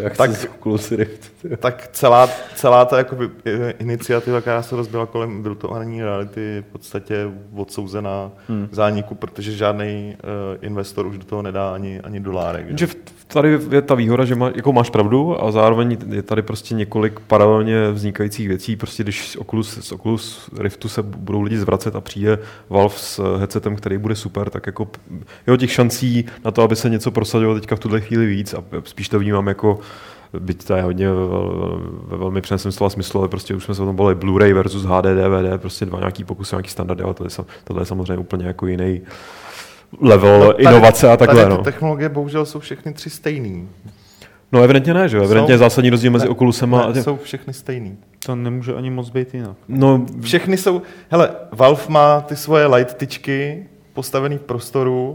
Tak celá ta jakoby iniciativa, která se rozbila kolem virtuální reality, je v podstatě odsouzená k zániku, protože žádný investor už do toho nedá ani dolárek. Že tady je ta výhoda, že máš pravdu a zároveň je tady prostě několik paralelně vznikajících věcí. Prostě když z Oculus Riftu se budou lidi zvracet a přijde Valve s headsetem, který bude super, tak jako těch šancí na to, aby se něco prosadilo teďka v tuhle chvíli víc a spíš to vnímám jako, byť to je hodně ve velmi přeneseném slova smyslu, ale prostě už jsme se o tom bavili Blu-ray versus HD, DVD, prostě dva nějaký pokusy, nějaký standardy, ale tohle je samozřejmě úplně jako jiný level inovace a takhle. Tady ty technologie bohužel jsou všechny tři stejný. No evidentně ne, že jo? Evidentně je zásadní rozdíl mezi Oculusem a... Ne, jsou všechny stejný. To nemůže ani moc být jinak. No, všechny jsou... Hele, Valve má ty svoje light tyčky postavený v prostoru,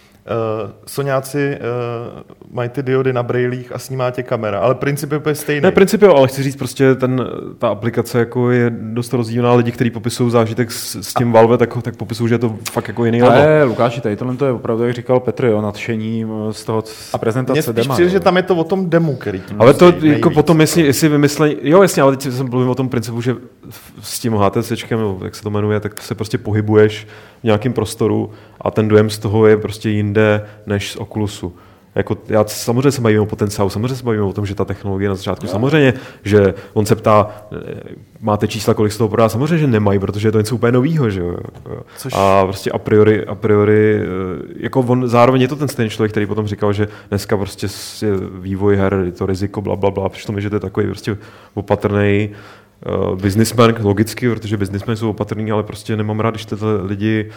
Soňáci mají ty diody na brejlích a snímá tě kamera, ale princip je úplně stejný. Ne, princip jo, ale chci říct prostě ta aplikace jako je dost rozdílná. Lidi, kteří popisují zážitek s tím Valve, tak popisují, že je to fakt jako jiný level. Ale Lukáši, tady tohle je opravdu, jak říkal Petr, jo, nadšení z toho prezentace dema. Mně přijde, že tam je to o tom demu, který tím ale to jako potom, jestli vymyslej, jo jasně, ale teď jsem mluvil o tom principu, že s tím HTCčkem, jak se to jmenuje, tak se prostě pohybuješ v nějakém prostoru a ten dojem z toho je prostě jinde než z Oculusu. Jako, já samozřejmě se bavím o potenciálu, samozřejmě se bavím o tom, že ta technologie na začátku, samozřejmě, že on se ptá, máte čísla, kolik se toho prodá, samozřejmě, že nemají, protože je to něco úplně novýho, že jo. A prostě a priori, jako on zároveň je to ten stejný člověk, který potom říkal, že dneska prostě je vývoj her, je to riziko, blablabla, přišlo mi, že to je takový prostě opatrnej businessman, logicky, protože businessmen jsou opatrný, ale prostě nemám rád, když tyhle lidi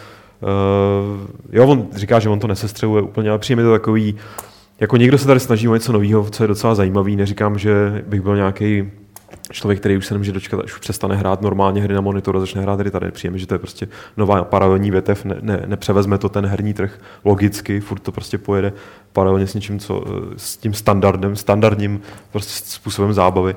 jo, on říká, že on to nesestřeluje úplně, ale přijde mi to takový, jako někdo se tady snaží o něco nového, co je docela zajímavý, neříkám, že bych byl nějaký člověk, který už se nemůže dočkat, až přestane hrát normálně hry na monitoru a začne hrát hry tady. Přijde mi, že to je prostě nová paralelní větev, nepřevezme to ten herní trh logicky, furt to prostě pojede paralelně s něčím, s tím standardním prostě způsobem zábavy,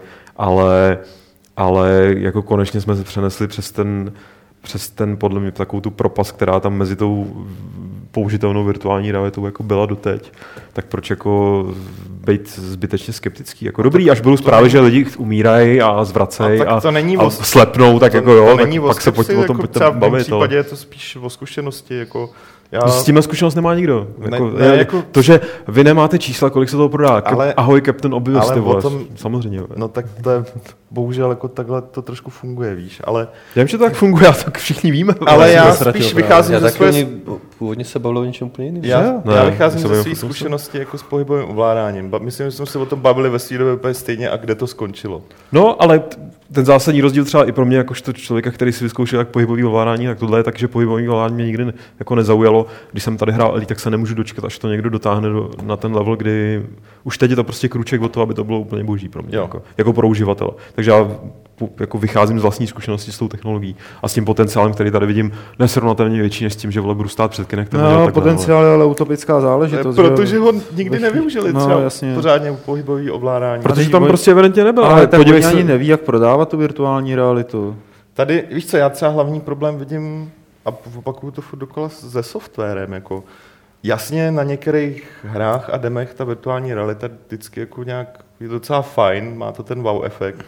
ale jako konečně jsme se přenesli přes ten podle mě takovou tu propast, která tam mezi tou použitelnou virtuální realitou jako byla doteď, tak proč jako být zbytečně skeptický? Jako dobrý, až budou zprávy, že lidi umírají a zvracejí a slepnou, tak jako jo, tak pak se pojďme o tom bavit. V případě je to spíš o zkušenosti, jako s tím zkušenost nemá nikdo. Jako to, že vy nemáte čísla, kolik se toho prodá. Ahoj, Captain Obvious, ty vole. Samozřejmě. No tak to je, bohužel jako takhle to trošku funguje, víš, ale... Já vím, že to tak funguje, a tak všichni víme. Ale já spíš vycházím ze své... Původně se bavilo o něčem úplně jiným. Já vycházím ze své zkušenosti jako s pohybovým ovládáním. Myslím, že jsme se o tom bavili ve své době úplně stejně a kde to skončilo. No, ale ten zásadní rozdíl třeba i pro mě, jakožto člověka, který si vyzkoušel jak pohybový ovládání, tak tohle je tak, že pohybový ovládání mě nikdy jako nezaujalo. Když jsem tady hrál Elite, tak se nemůžu dočkat, až to někdo dotáhne na ten level, kdy už teď je to prostě krůček od toho, aby to bylo úplně boží pro mě, jako pro uživatele. Takže já jako vycházím z vlastní zkušenosti s tou technologií a s tím potenciálem, který tady vidím, nesrovnatelně větší než s tím, že budu stát před Kinectem. No, potenciál je ale utopická záležitost. Protože ho nikdy nevyužili třeba pořádně u pohybový ovládání. Protože tam prostě evidentně nebyl. Ale tak oni ani neví, jak prodávat tu virtuální realitu. Tady, víš co, já třeba hlavní problém vidím, a opakuju to furt dokola se softwarem, jako jasně na některých hrách a demech ta virtuální realita vždycky jako nějak je docela fajn, má to ten wow efekt,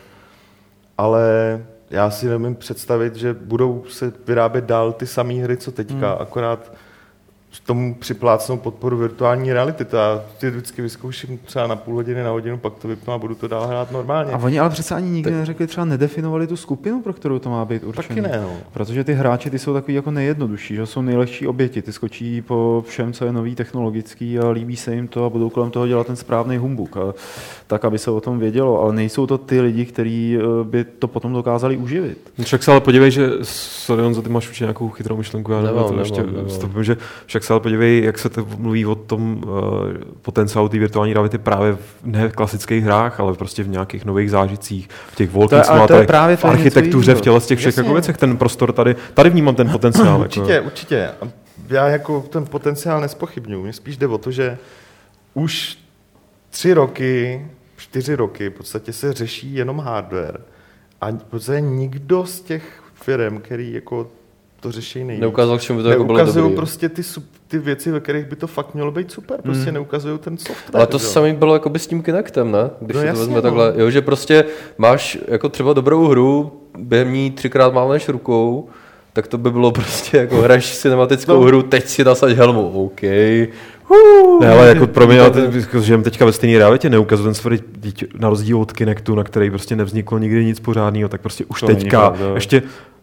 ale já si nemůžu představit, že budou se vyrábět dál ty samé hry, co teďka, akorát tomu připlácnou podporu virtuální reality. Já ty vždycky vyzkouším třeba na půl hodiny, na hodinu, pak to vypnu a budu to dál hrát normálně. A oni ale přece ani nikdy neřekli, třeba nedefinovali tu skupinu, pro kterou to má být určené. Taky ne, no. Protože ty hráči, ty jsou takový jako nejjednodušší, že jsou nejlehčí oběti, ty skočí po všem, co je nový technologický a líbí se jim to a budou kolem toho dělat ten správný humbuk. A tak, aby se o tom vědělo, ale nejsou to ty lidi, kteří by to potom dokázali uživit. Však se ale podívej, že sorry, Honzo, ty máš určitě nějakou chytrou myšlenku, já nevím, že však se ale podívej, jak se to mluví o tom potenciálu té virtuální reality právě v ne klasických hrách, ale prostě v nějakých nových zážitcích, v těch walking simulátorech, v architektuře, v těle z těch všech jako věcech, ten prostor tady vnímám ten potenciál. Určitě. já jako ten potenciál nespochybnuju. Mně spíš jde o to, že už 4 roky v podstatě se řeší jenom hardware. A v podstatě nikdo z těch firm, který jako to řeší nejvíc, neukázal, k čemu by to jako bylo dobrý. Neukazují prostě ty věci, ve kterých by to fakt mělo být super. Prostě neukazují ten software. Ale to samé bylo jako by s tím Kinectem, ne? Když si to vezme takhle. Jo, že prostě máš jako třeba dobrou hru, během ní 3krát mávneš rukou, tak to by bylo prostě jako hraješ cinematickou hru, teď si nasaď helmu, OK. Ne, ale jako pro mě, že teďka ve stejné realitě neukazuju ten svůj na rozdíl od Kinectu, na který prostě nevzniklo nikdy nic pořádného, tak prostě už to teďka ještě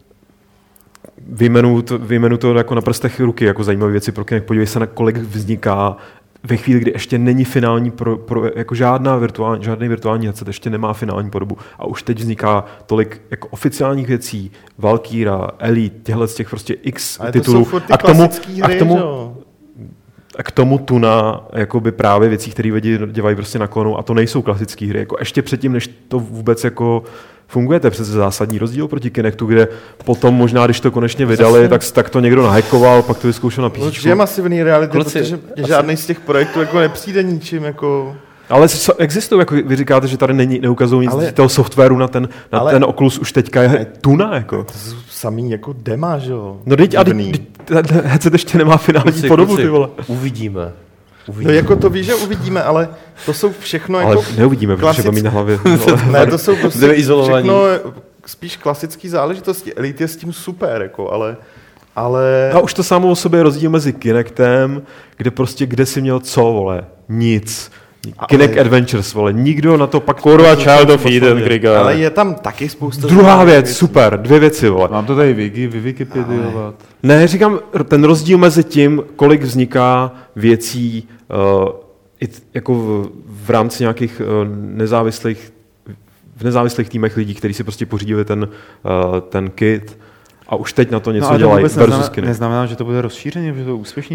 vyjmenu to jako na prstech ruky, jako zajímavé věci pro Kinect. Podívej se, na kolik vzniká ve chvíli, kdy ještě není finální jako žádný virtuální headset ještě nemá finální podobu. A už teď vzniká tolik jako oficiálních věcí, Valkyra, Elite, těchhle z těch prostě X titulů. A k tomu tuna jakoby právě věcí, které lidi dělají prostě na klonu, a to nejsou klasické hry. Jako ještě předtím, než to vůbec jako funguje, to je přece zásadní rozdíl proti Kinectu, kde potom možná, když to konečně vydali, tak to někdo nahackoval, pak to vyzkoušel na písničku. Je masivní reality, protože žádný z těch projektů jako nepřijde ničím jako... Ale existují, jako vy říkáte, že tady neukazují nic z toho softwaru na ten Oculus už teďka je tuna, jako. To jsou samý jako dema, že jo? No teď headset ještě nemá finální podobu, ty vole. Uvidíme. No jako to víš, že uvidíme, ale to jsou všechno ale jako... Ale neuvidíme, protože to mít na hlavě. Ne, to jsou prostě všechno spíš klasické záležitosti. Elite je s tím super, jako, ale... A už to samo o sobě je rozdíl mezi Kinectem, kde si měl co, vole? Nic. Kinect Adventures, vole. Nikdo na to pak... Kurva, Child of Eden, Griga. Ale je tam taky spousta... Druhá věc, super, 2 věci, vole. Mám to tady Wikipediovat. Ne, říkám, ten rozdíl mezi tím, kolik vzniká věcí jako v rámci nějakých nezávislých týmech lidí, kteří si prostě pořídili ten kit, a už teď na to něco dělají versus Kinect. Neznamená, že to bude rozšířeně, že to je úspěšný.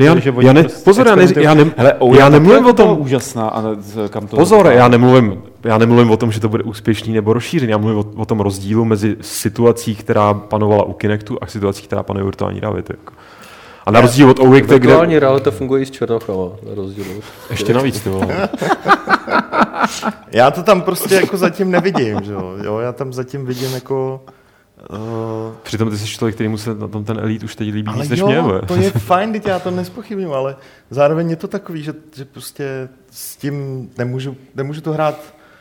Já nemluvím o tom úžasná, a kam to pozor, já nemluvím o tom, že to bude úspěšný nebo rozšířený. Já mluvím o tom rozdílu mezi situací, která panovala u Kinectu, a situací, která panuje u virtuální reality. A na rozdíl od OVIC, kde... Virtuální realita funguje i s černochama. Ještě navíc, ty vole. Já to tam prostě jako zatím nevidím, že jo? Já tam zatím vidím jako... Přitom ty jsi člověk, kterýmu se na tom ten Elite už teď líbí víc než mě. Ale to je fajn, teď já to nespochybním, ale zároveň je to takový, že prostě s tím nemůžu to hrát,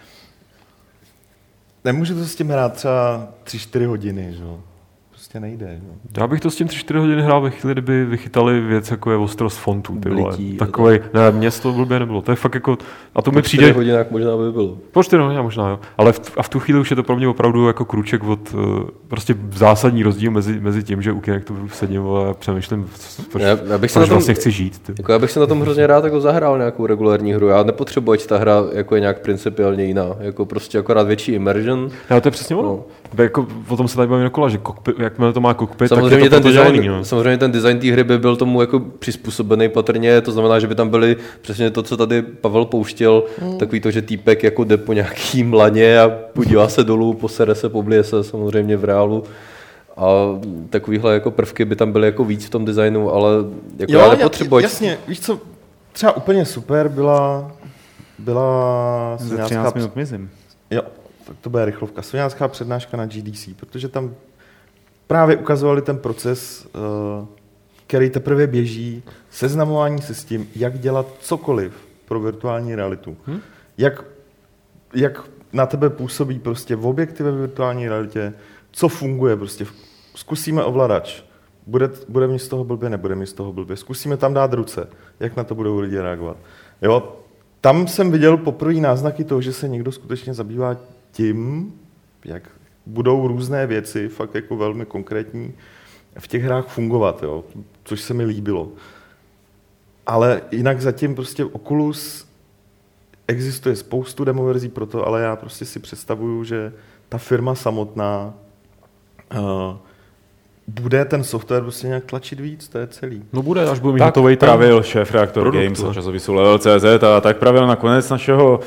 nemůžu to s tím hrát třeba 3-4 hodiny, že jo. Prostě nejde. Že? Já bych to s tím 3-4 hodiny hrál ve chvíli, kdyby vychytali věc, jako je ostrost fontů, ty vole. Takovej, ne, město blbě nebylo. To je fakt jako, a to mi přijde... 4 hodinách možná by bylo. Po 4 hodinách možná, jo. Ale v tu chvíli už je to pro mě opravdu jako krůček od prostě zásadní rozdíl mezi tím, že u Kinectu sedím a přemýšlím, proč vlastně chci žít. Jako já bych se na tom hrozně rád jako zahrál nějakou regulární hru. Já nepotřebuji, ať ta hra jako je nějak principiálně jiná. Jako prostě akorát větší immersion. No, to je přesně ono. Jako, o tom se tady bavíme kola, že jakmile to má cockpit, samozřejmě tak je to samozřejmě ten design té hry by byl tomu jako přizpůsobený patrně, to znamená, že by tam byly přesně to, co tady Pavel pouštěl, takový to, že týpek jako jde po nějaký mlaně a podívá se dolů, posere se, poblije se samozřejmě v reálu. A takovýhle jako prvky by tam byly jako víc v tom designu, ale jako já nepotřebuji. Jasně, víš co, třeba úplně super byla za 13 minut mizím. Jo, tak to bude rychlovka. Soňácká přednáška na GDC, protože tam právě ukazovali ten proces, který teprve běží, seznamování se s tím, jak dělat cokoliv pro virtuální realitu. Jak na tebe působí prostě v objektivě v virtuální realitě, co funguje prostě. Zkusíme ovladač. Bude mi z toho blbě, nebude mi z toho blbě. Zkusíme tam dát ruce. Jak na to budou lidi reagovat. Jo, tam jsem viděl poprvé náznaky toho, že se někdo skutečně zabývá tím, jak budou různé věci, fakt jako velmi konkrétní, v těch hrách fungovat, jo, což se mi líbilo. Ale jinak zatím prostě Oculus existuje spoustu demoverzí pro to, ale já prostě si představuju, že ta firma samotná bude ten software prostě nějak tlačit víc, to je celý. No bude, až bude mít hotovej pravil šéf-redaktor Games a časopisu Level.cz a tak pravil nakonec našeho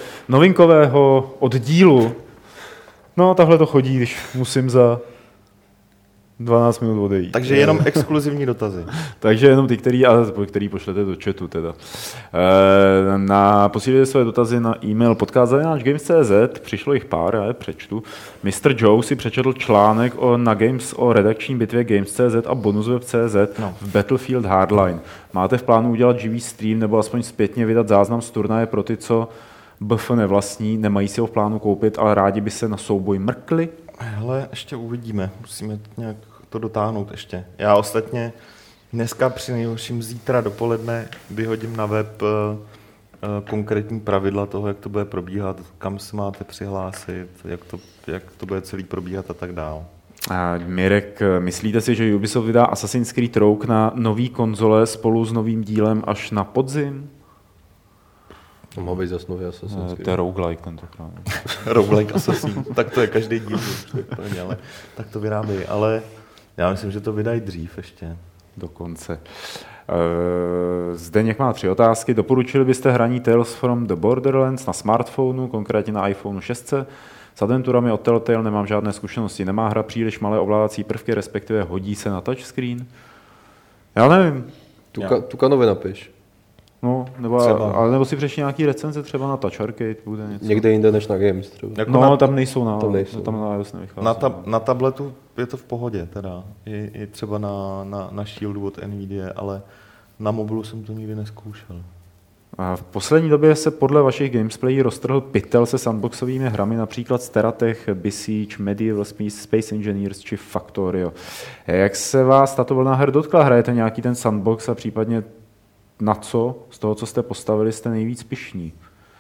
novinkového oddílu. No, takhle to chodí, když musím za 12 minut odejít. Takže jenom exkluzivní dotazy. Takže jenom ty, který pošlete do chatu teda. Posílejte své dotazy na e-mail podcast@games.cz, přišlo jich pár, já je přečtu. Mr. Joe si přečetl článek na Games o redakční bitvě Games.cz a bonusweb.cz v Battlefield Hardline. Máte v plánu udělat živý stream nebo aspoň zpětně vydat záznam z turnaje pro ty, co BF nevlastní, nemají si ho v plánu koupit, ale rádi by se na souboj mrkli? Hele, ještě uvidíme. Musíme nějak to dotáhnout ještě. Já ostatně dneska při nejhorším zítra dopoledne vyhodím na web konkrétní pravidla toho, jak to bude probíhat, kam se máte přihlásit, jak to bude celý probíhat a tak dále. Mirek, myslíte si, že Ubisoft vydá Assassin's Creed Rogue na nový konzole spolu s novým dílem až na podzim? To má být zase nový Assassin's Creed. To je roguelike tentokrát. Roguelike Assassin, tak to je každý díl, ale tak to vyrábějí, ale já myslím, že to vydají dřív ještě. Dokonce. Zdeněk má 3 otázky. Doporučili byste hraní Tales from the Borderlands na smartphonu, konkrétně na iPhone 6? S adventurami od Telltale nemám žádné zkušenosti. Nemá hra příliš malé ovládací prvky, respektive hodí se na touchscreen? Já nevím. Tukanovi napiš. No, nebo si přečti nějaký recenze třeba na Touch Arcade, bude něco. Někde jinde než na Games třeba. Jako tam nejsou. Tam na iOS nevychází. Na tabletu je to v pohodě teda. I třeba na Shieldu od Nvidia, ale na mobilu jsem to nikdy nezkoušel. A v poslední době se podle vašich gamesplayí roztrhl pytel se sandboxovými hrami, například Steratech, Besiege, Medieval Space Engineers či Factorio. Jak se vás tato vlna her dotkla? Hrajete nějaký ten sandbox a případně na co z toho, co jste postavili, jste nejvíc pyšní?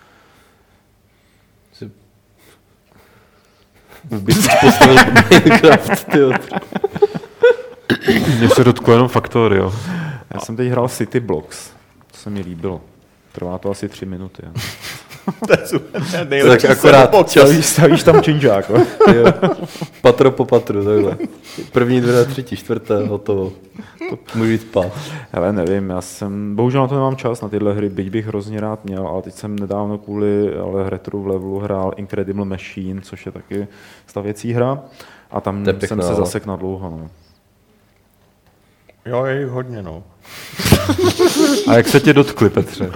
Bys postavil Minecraft, tyjo. Mně se dotklo jenom Factorio. Já jsem teď hrál City Blocks. To se mi líbilo. Trvá to asi 3 minuty. To je super. Tak akorát stavíš tam činžák. Patro po patru, takhle. První, druhé, třetí, čtvrté, hotovo. To můžu jít spát. Ale nevím, bohužel na to nemám čas, na tyhle hry, byť bych hrozně rád měl, ale teď jsem nedávno kvůli retro levelu hrál Incredible Machine, což je taky stavěcí hra. A tam jsem se zasek na dlouho. No. Jo, je jich hodně, no. A jak se tě dotkli, Petře?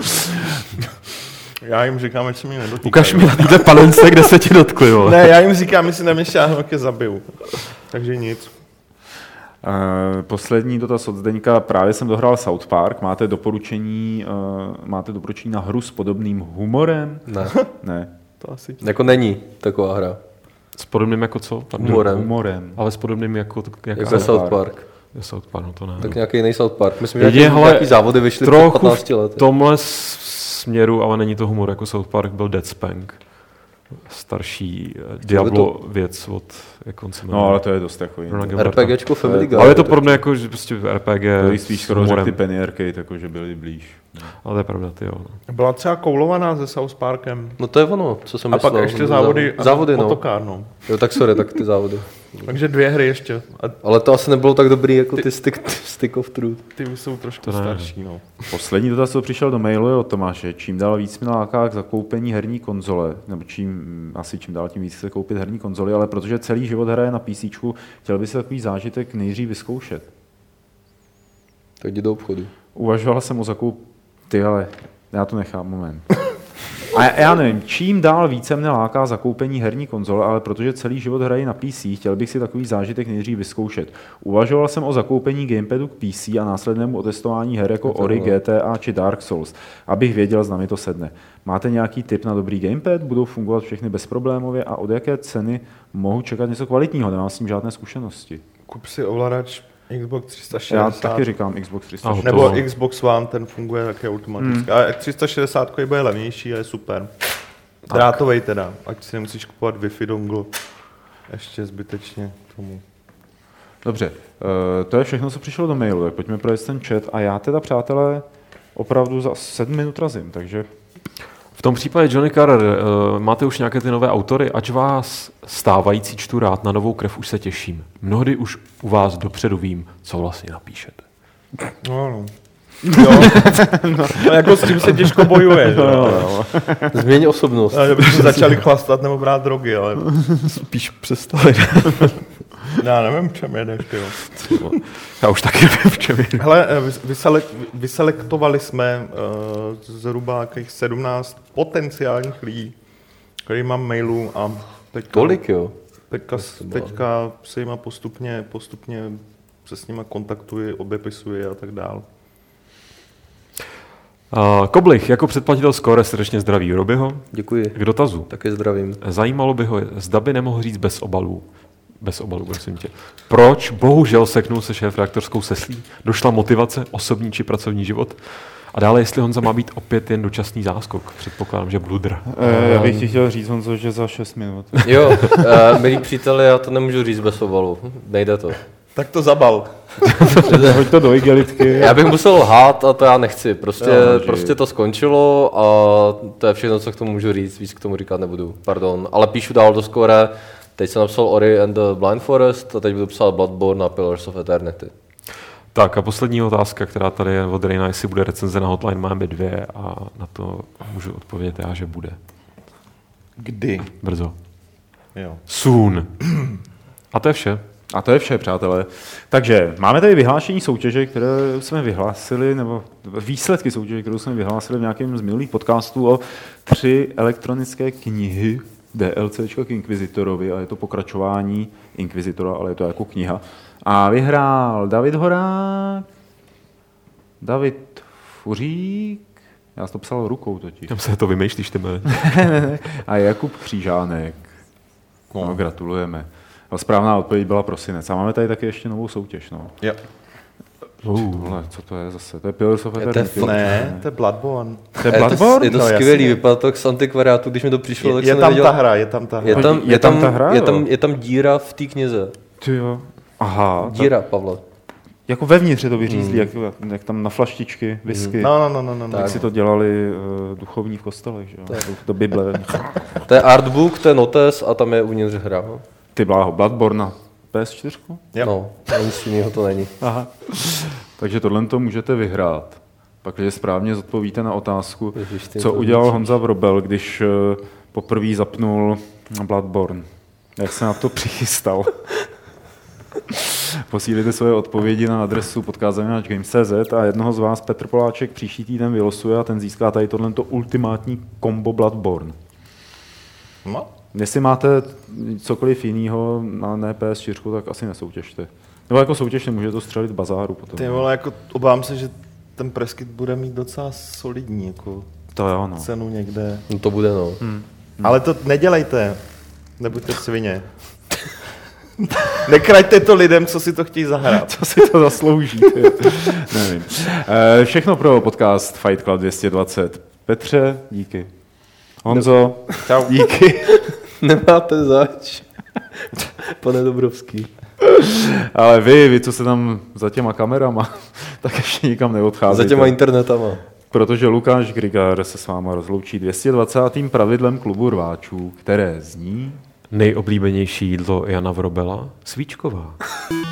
Já jim říkám, ať se mě nedotýkají. Ukaž mi na téhle palence, kde se ti dotkli, vole. Ne, já jim říkám, jestli na mě šáhnou, jak je zabiju. Takže nic. Poslední dotaz od Zdeňka. Právě jsem dohrál South Park. Máte doporučení na hru s podobným humorem? Ne. To asi jako není taková hra. S podobným jako co? Humorem. Ale s podobným jako South Park. South Park, no to ne. Tak nějaký jiný South Park. Myslím, že nějaký závody vyšly před 15 lety. V tomhle směru, ale není to humor jako South Park, byl Deadspank. Starší Diablo věc od, jak on se jmenuje. No, ale to je dost takový. RPGčko Family Guy. Ale je to podobné jako, že prostě RPG spíš skoro řekl ty Penny Arcade, jako že byli blíž. Ale to je pravda, ty jo. Byla třeba koulovaná se South Parkem. No to je ono, co jsem myslel. A pak ještě závody no. Motokárnou. Jo, tak sorry, tak ty závody. Takže 2 hry ještě. Ale to asi nebylo tak dobrý jako ty Stick of Truth. Ty jsou trošku starší, no. Poslední dotaz, co přišel do mailu, je od Tomáše. Čím dál víc mi láká k zakoupení herní konzole, nebo čím dál tím víc chce koupit herní konzoli, ale protože celý život hraje na PCčku, chtěl by si takový zážitek nejdřív vyzkoušet. Tak jdi do obchodu. Uvažoval jsem o Ty, ale já to nechám, moment. A já nevím, čím dál více mne láká zakoupení herní konzole, ale protože celý život hrají na PC, chtěl bych si takový zážitek nejdřív vyzkoušet. Uvažoval jsem o zakoupení gamepadu k PC a následnému otestování her jako Ori, GTA či Dark Souls, abych věděl, zda mi to sedne. Máte nějaký tip na dobrý gamepad? Budou fungovat všechny bezproblémově a od jaké ceny mohu čekat něco kvalitního? Nemám s tím žádné zkušenosti. Kup si ovladač Xbox 360. Já taky říkám Xbox 360. Nebo Xbox One, ten funguje také automaticky. A 360 bude levnější a je super. Drátovej teda, ať si nemusíš kupovat Wi-Fi dongle ještě zbytečně tomu. Dobře, to je všechno, co přišlo do mailu, tak pojďme projet ten chat a já teda, přátelé, opravdu za 7 minut razím, takže... V tom případě, Johnny Carter, máte už nějaké ty nové autory? Ač vás stávající čtu rád, na novou krev už se těším. Mnohdy už u vás dopředu vím, co vlastně napíšete. No. Jo, no, jako s tím se těžko bojuje. No. Změň osobnost. Kdybyste začali chlastat nebo brát drogy, ale... Spíš přestali. Já nevím, v čem jedeš, ty jo. Já už taky nevím, v čem jedeš. Hele, vyselektovali jsme zhruba 17 potenciálních lidí, který mám mailů a Tolik, jo? Teďka se jima postupně se s nima kontaktuji, obepisuji a tak dál. Koblich, jako předplatitel Score srdečně zdraví Robyho. Děkuji. K dotazu. Taky zdravím. Zajímalo by ho, zda by nemohl říct bez obalů, prosím tě. Proč bohužel seknul se šéfredaktorskou seslí? Došla motivace, osobní či pracovní život? A dále, jestli Honza má být opět jen dočasný záskok. Předpokládám, že bludr. Já bych ti chtěl říct, Honzo, že za 6 minut. Jo, milí příteli, já to nemůžu říct bez obalu. Nejde to. Tak to zabal. Hoď to do igelitky. Já bych musel lhát a to já nechci. Prostě to skončilo a to je všechno, co k tomu můžu říct. Víc k tomu říkat nebudu. Pardon. Ale píšu dál do Score. Teď jsem napsal Ori and the Blind Forest a teď budu psát Bloodborne a Pillars of Eternity. Tak a poslední otázka, která tady je od Rejna, jestli bude recenze na Hotline Miami 2 a na to můžu odpovědět já, že bude. Kdy? Brzo. Jo. Soon. A to je vše. A to je vše, přátelé. Takže máme tady vyhlášení soutěže, které jsme vyhlásili, nebo výsledky soutěže, kterou jsme vyhlásili v nějakém z minulých podcastů o 3 elektronické knihy DLCčka k Inquisitorovi a je to pokračování Inquisitora, ale je to jako kniha. A vyhrál David Horák, David Fuřík, já jsem to psal rukou totiž. Tam se to vymýšlíš, ty jmény. A Jakub Křížánek. No, gratulujeme. No, správná odpověď byla prosinec. A máme tady taky ještě novou soutěž. No. Jo. Hele, co to je zase? To je Pillars of Eternity. Ne, to je Bloodborne. To je Bloodborne? Je to skvělý, vypadá to z antikvariátu, když mi to přišlo, tak je jsem tam nevěděl. ta hra, je tam ta hra. Je tam ta hra, je tam díra v té knize. Ty jo. Aha. Díra, Pavle. Jako vevnitř je to vyřízlý, jak tam na flaštičky, whisky. No. Jak si to dělali duchovní v kostelech, že jo? Do Bible. To je artbook, to je notes a tam je uvnitř hra. Ty bláho, Bloodborne na PS4? Jo. No, nic jiného to není. Aha. Takže tohle to můžete vyhrát. Pak, když správně zodpovíte na otázku, co udělal Honza Vrobel, když poprvé zapnul Bloodborne. Jak se na to přichystal. Posílíte svoje odpovědi na adresu podcast@games.cz a jednoho z vás, Petr Poláček, příští týden vylosuje a ten získá tady tohleto ultimátní kombo Bloodborne. No. Jestli máte cokoliv jiného na ne PS4, tak asi nesoutěžte. Nebo jako soutěžte, můžete to střelit v bazáru potom. Ty vole, jako obávám se, že ten preskit bude mít docela solidní jako to jo, no. cenu někde. No to bude, no. Ale to nedělejte, nebuďte svině. Nekraťte to lidem, co si to chtějí zahrát. Co si to zaslouží. Nevím. Všechno pro podcast Fight Club 220. Petře, díky. Honzo, Čau. díky. Nemáte zač. Pane Dobrovský. Ale vy, co se tam za těma kamerama, tak ještě nikam neodcházíte. Za těma internetama. Protože Lukáš Grigar se s váma rozloučí 220. pravidlem klubu rváčů, které zní... Nejoblíbenější jídlo Jana Vrobela? Svíčková.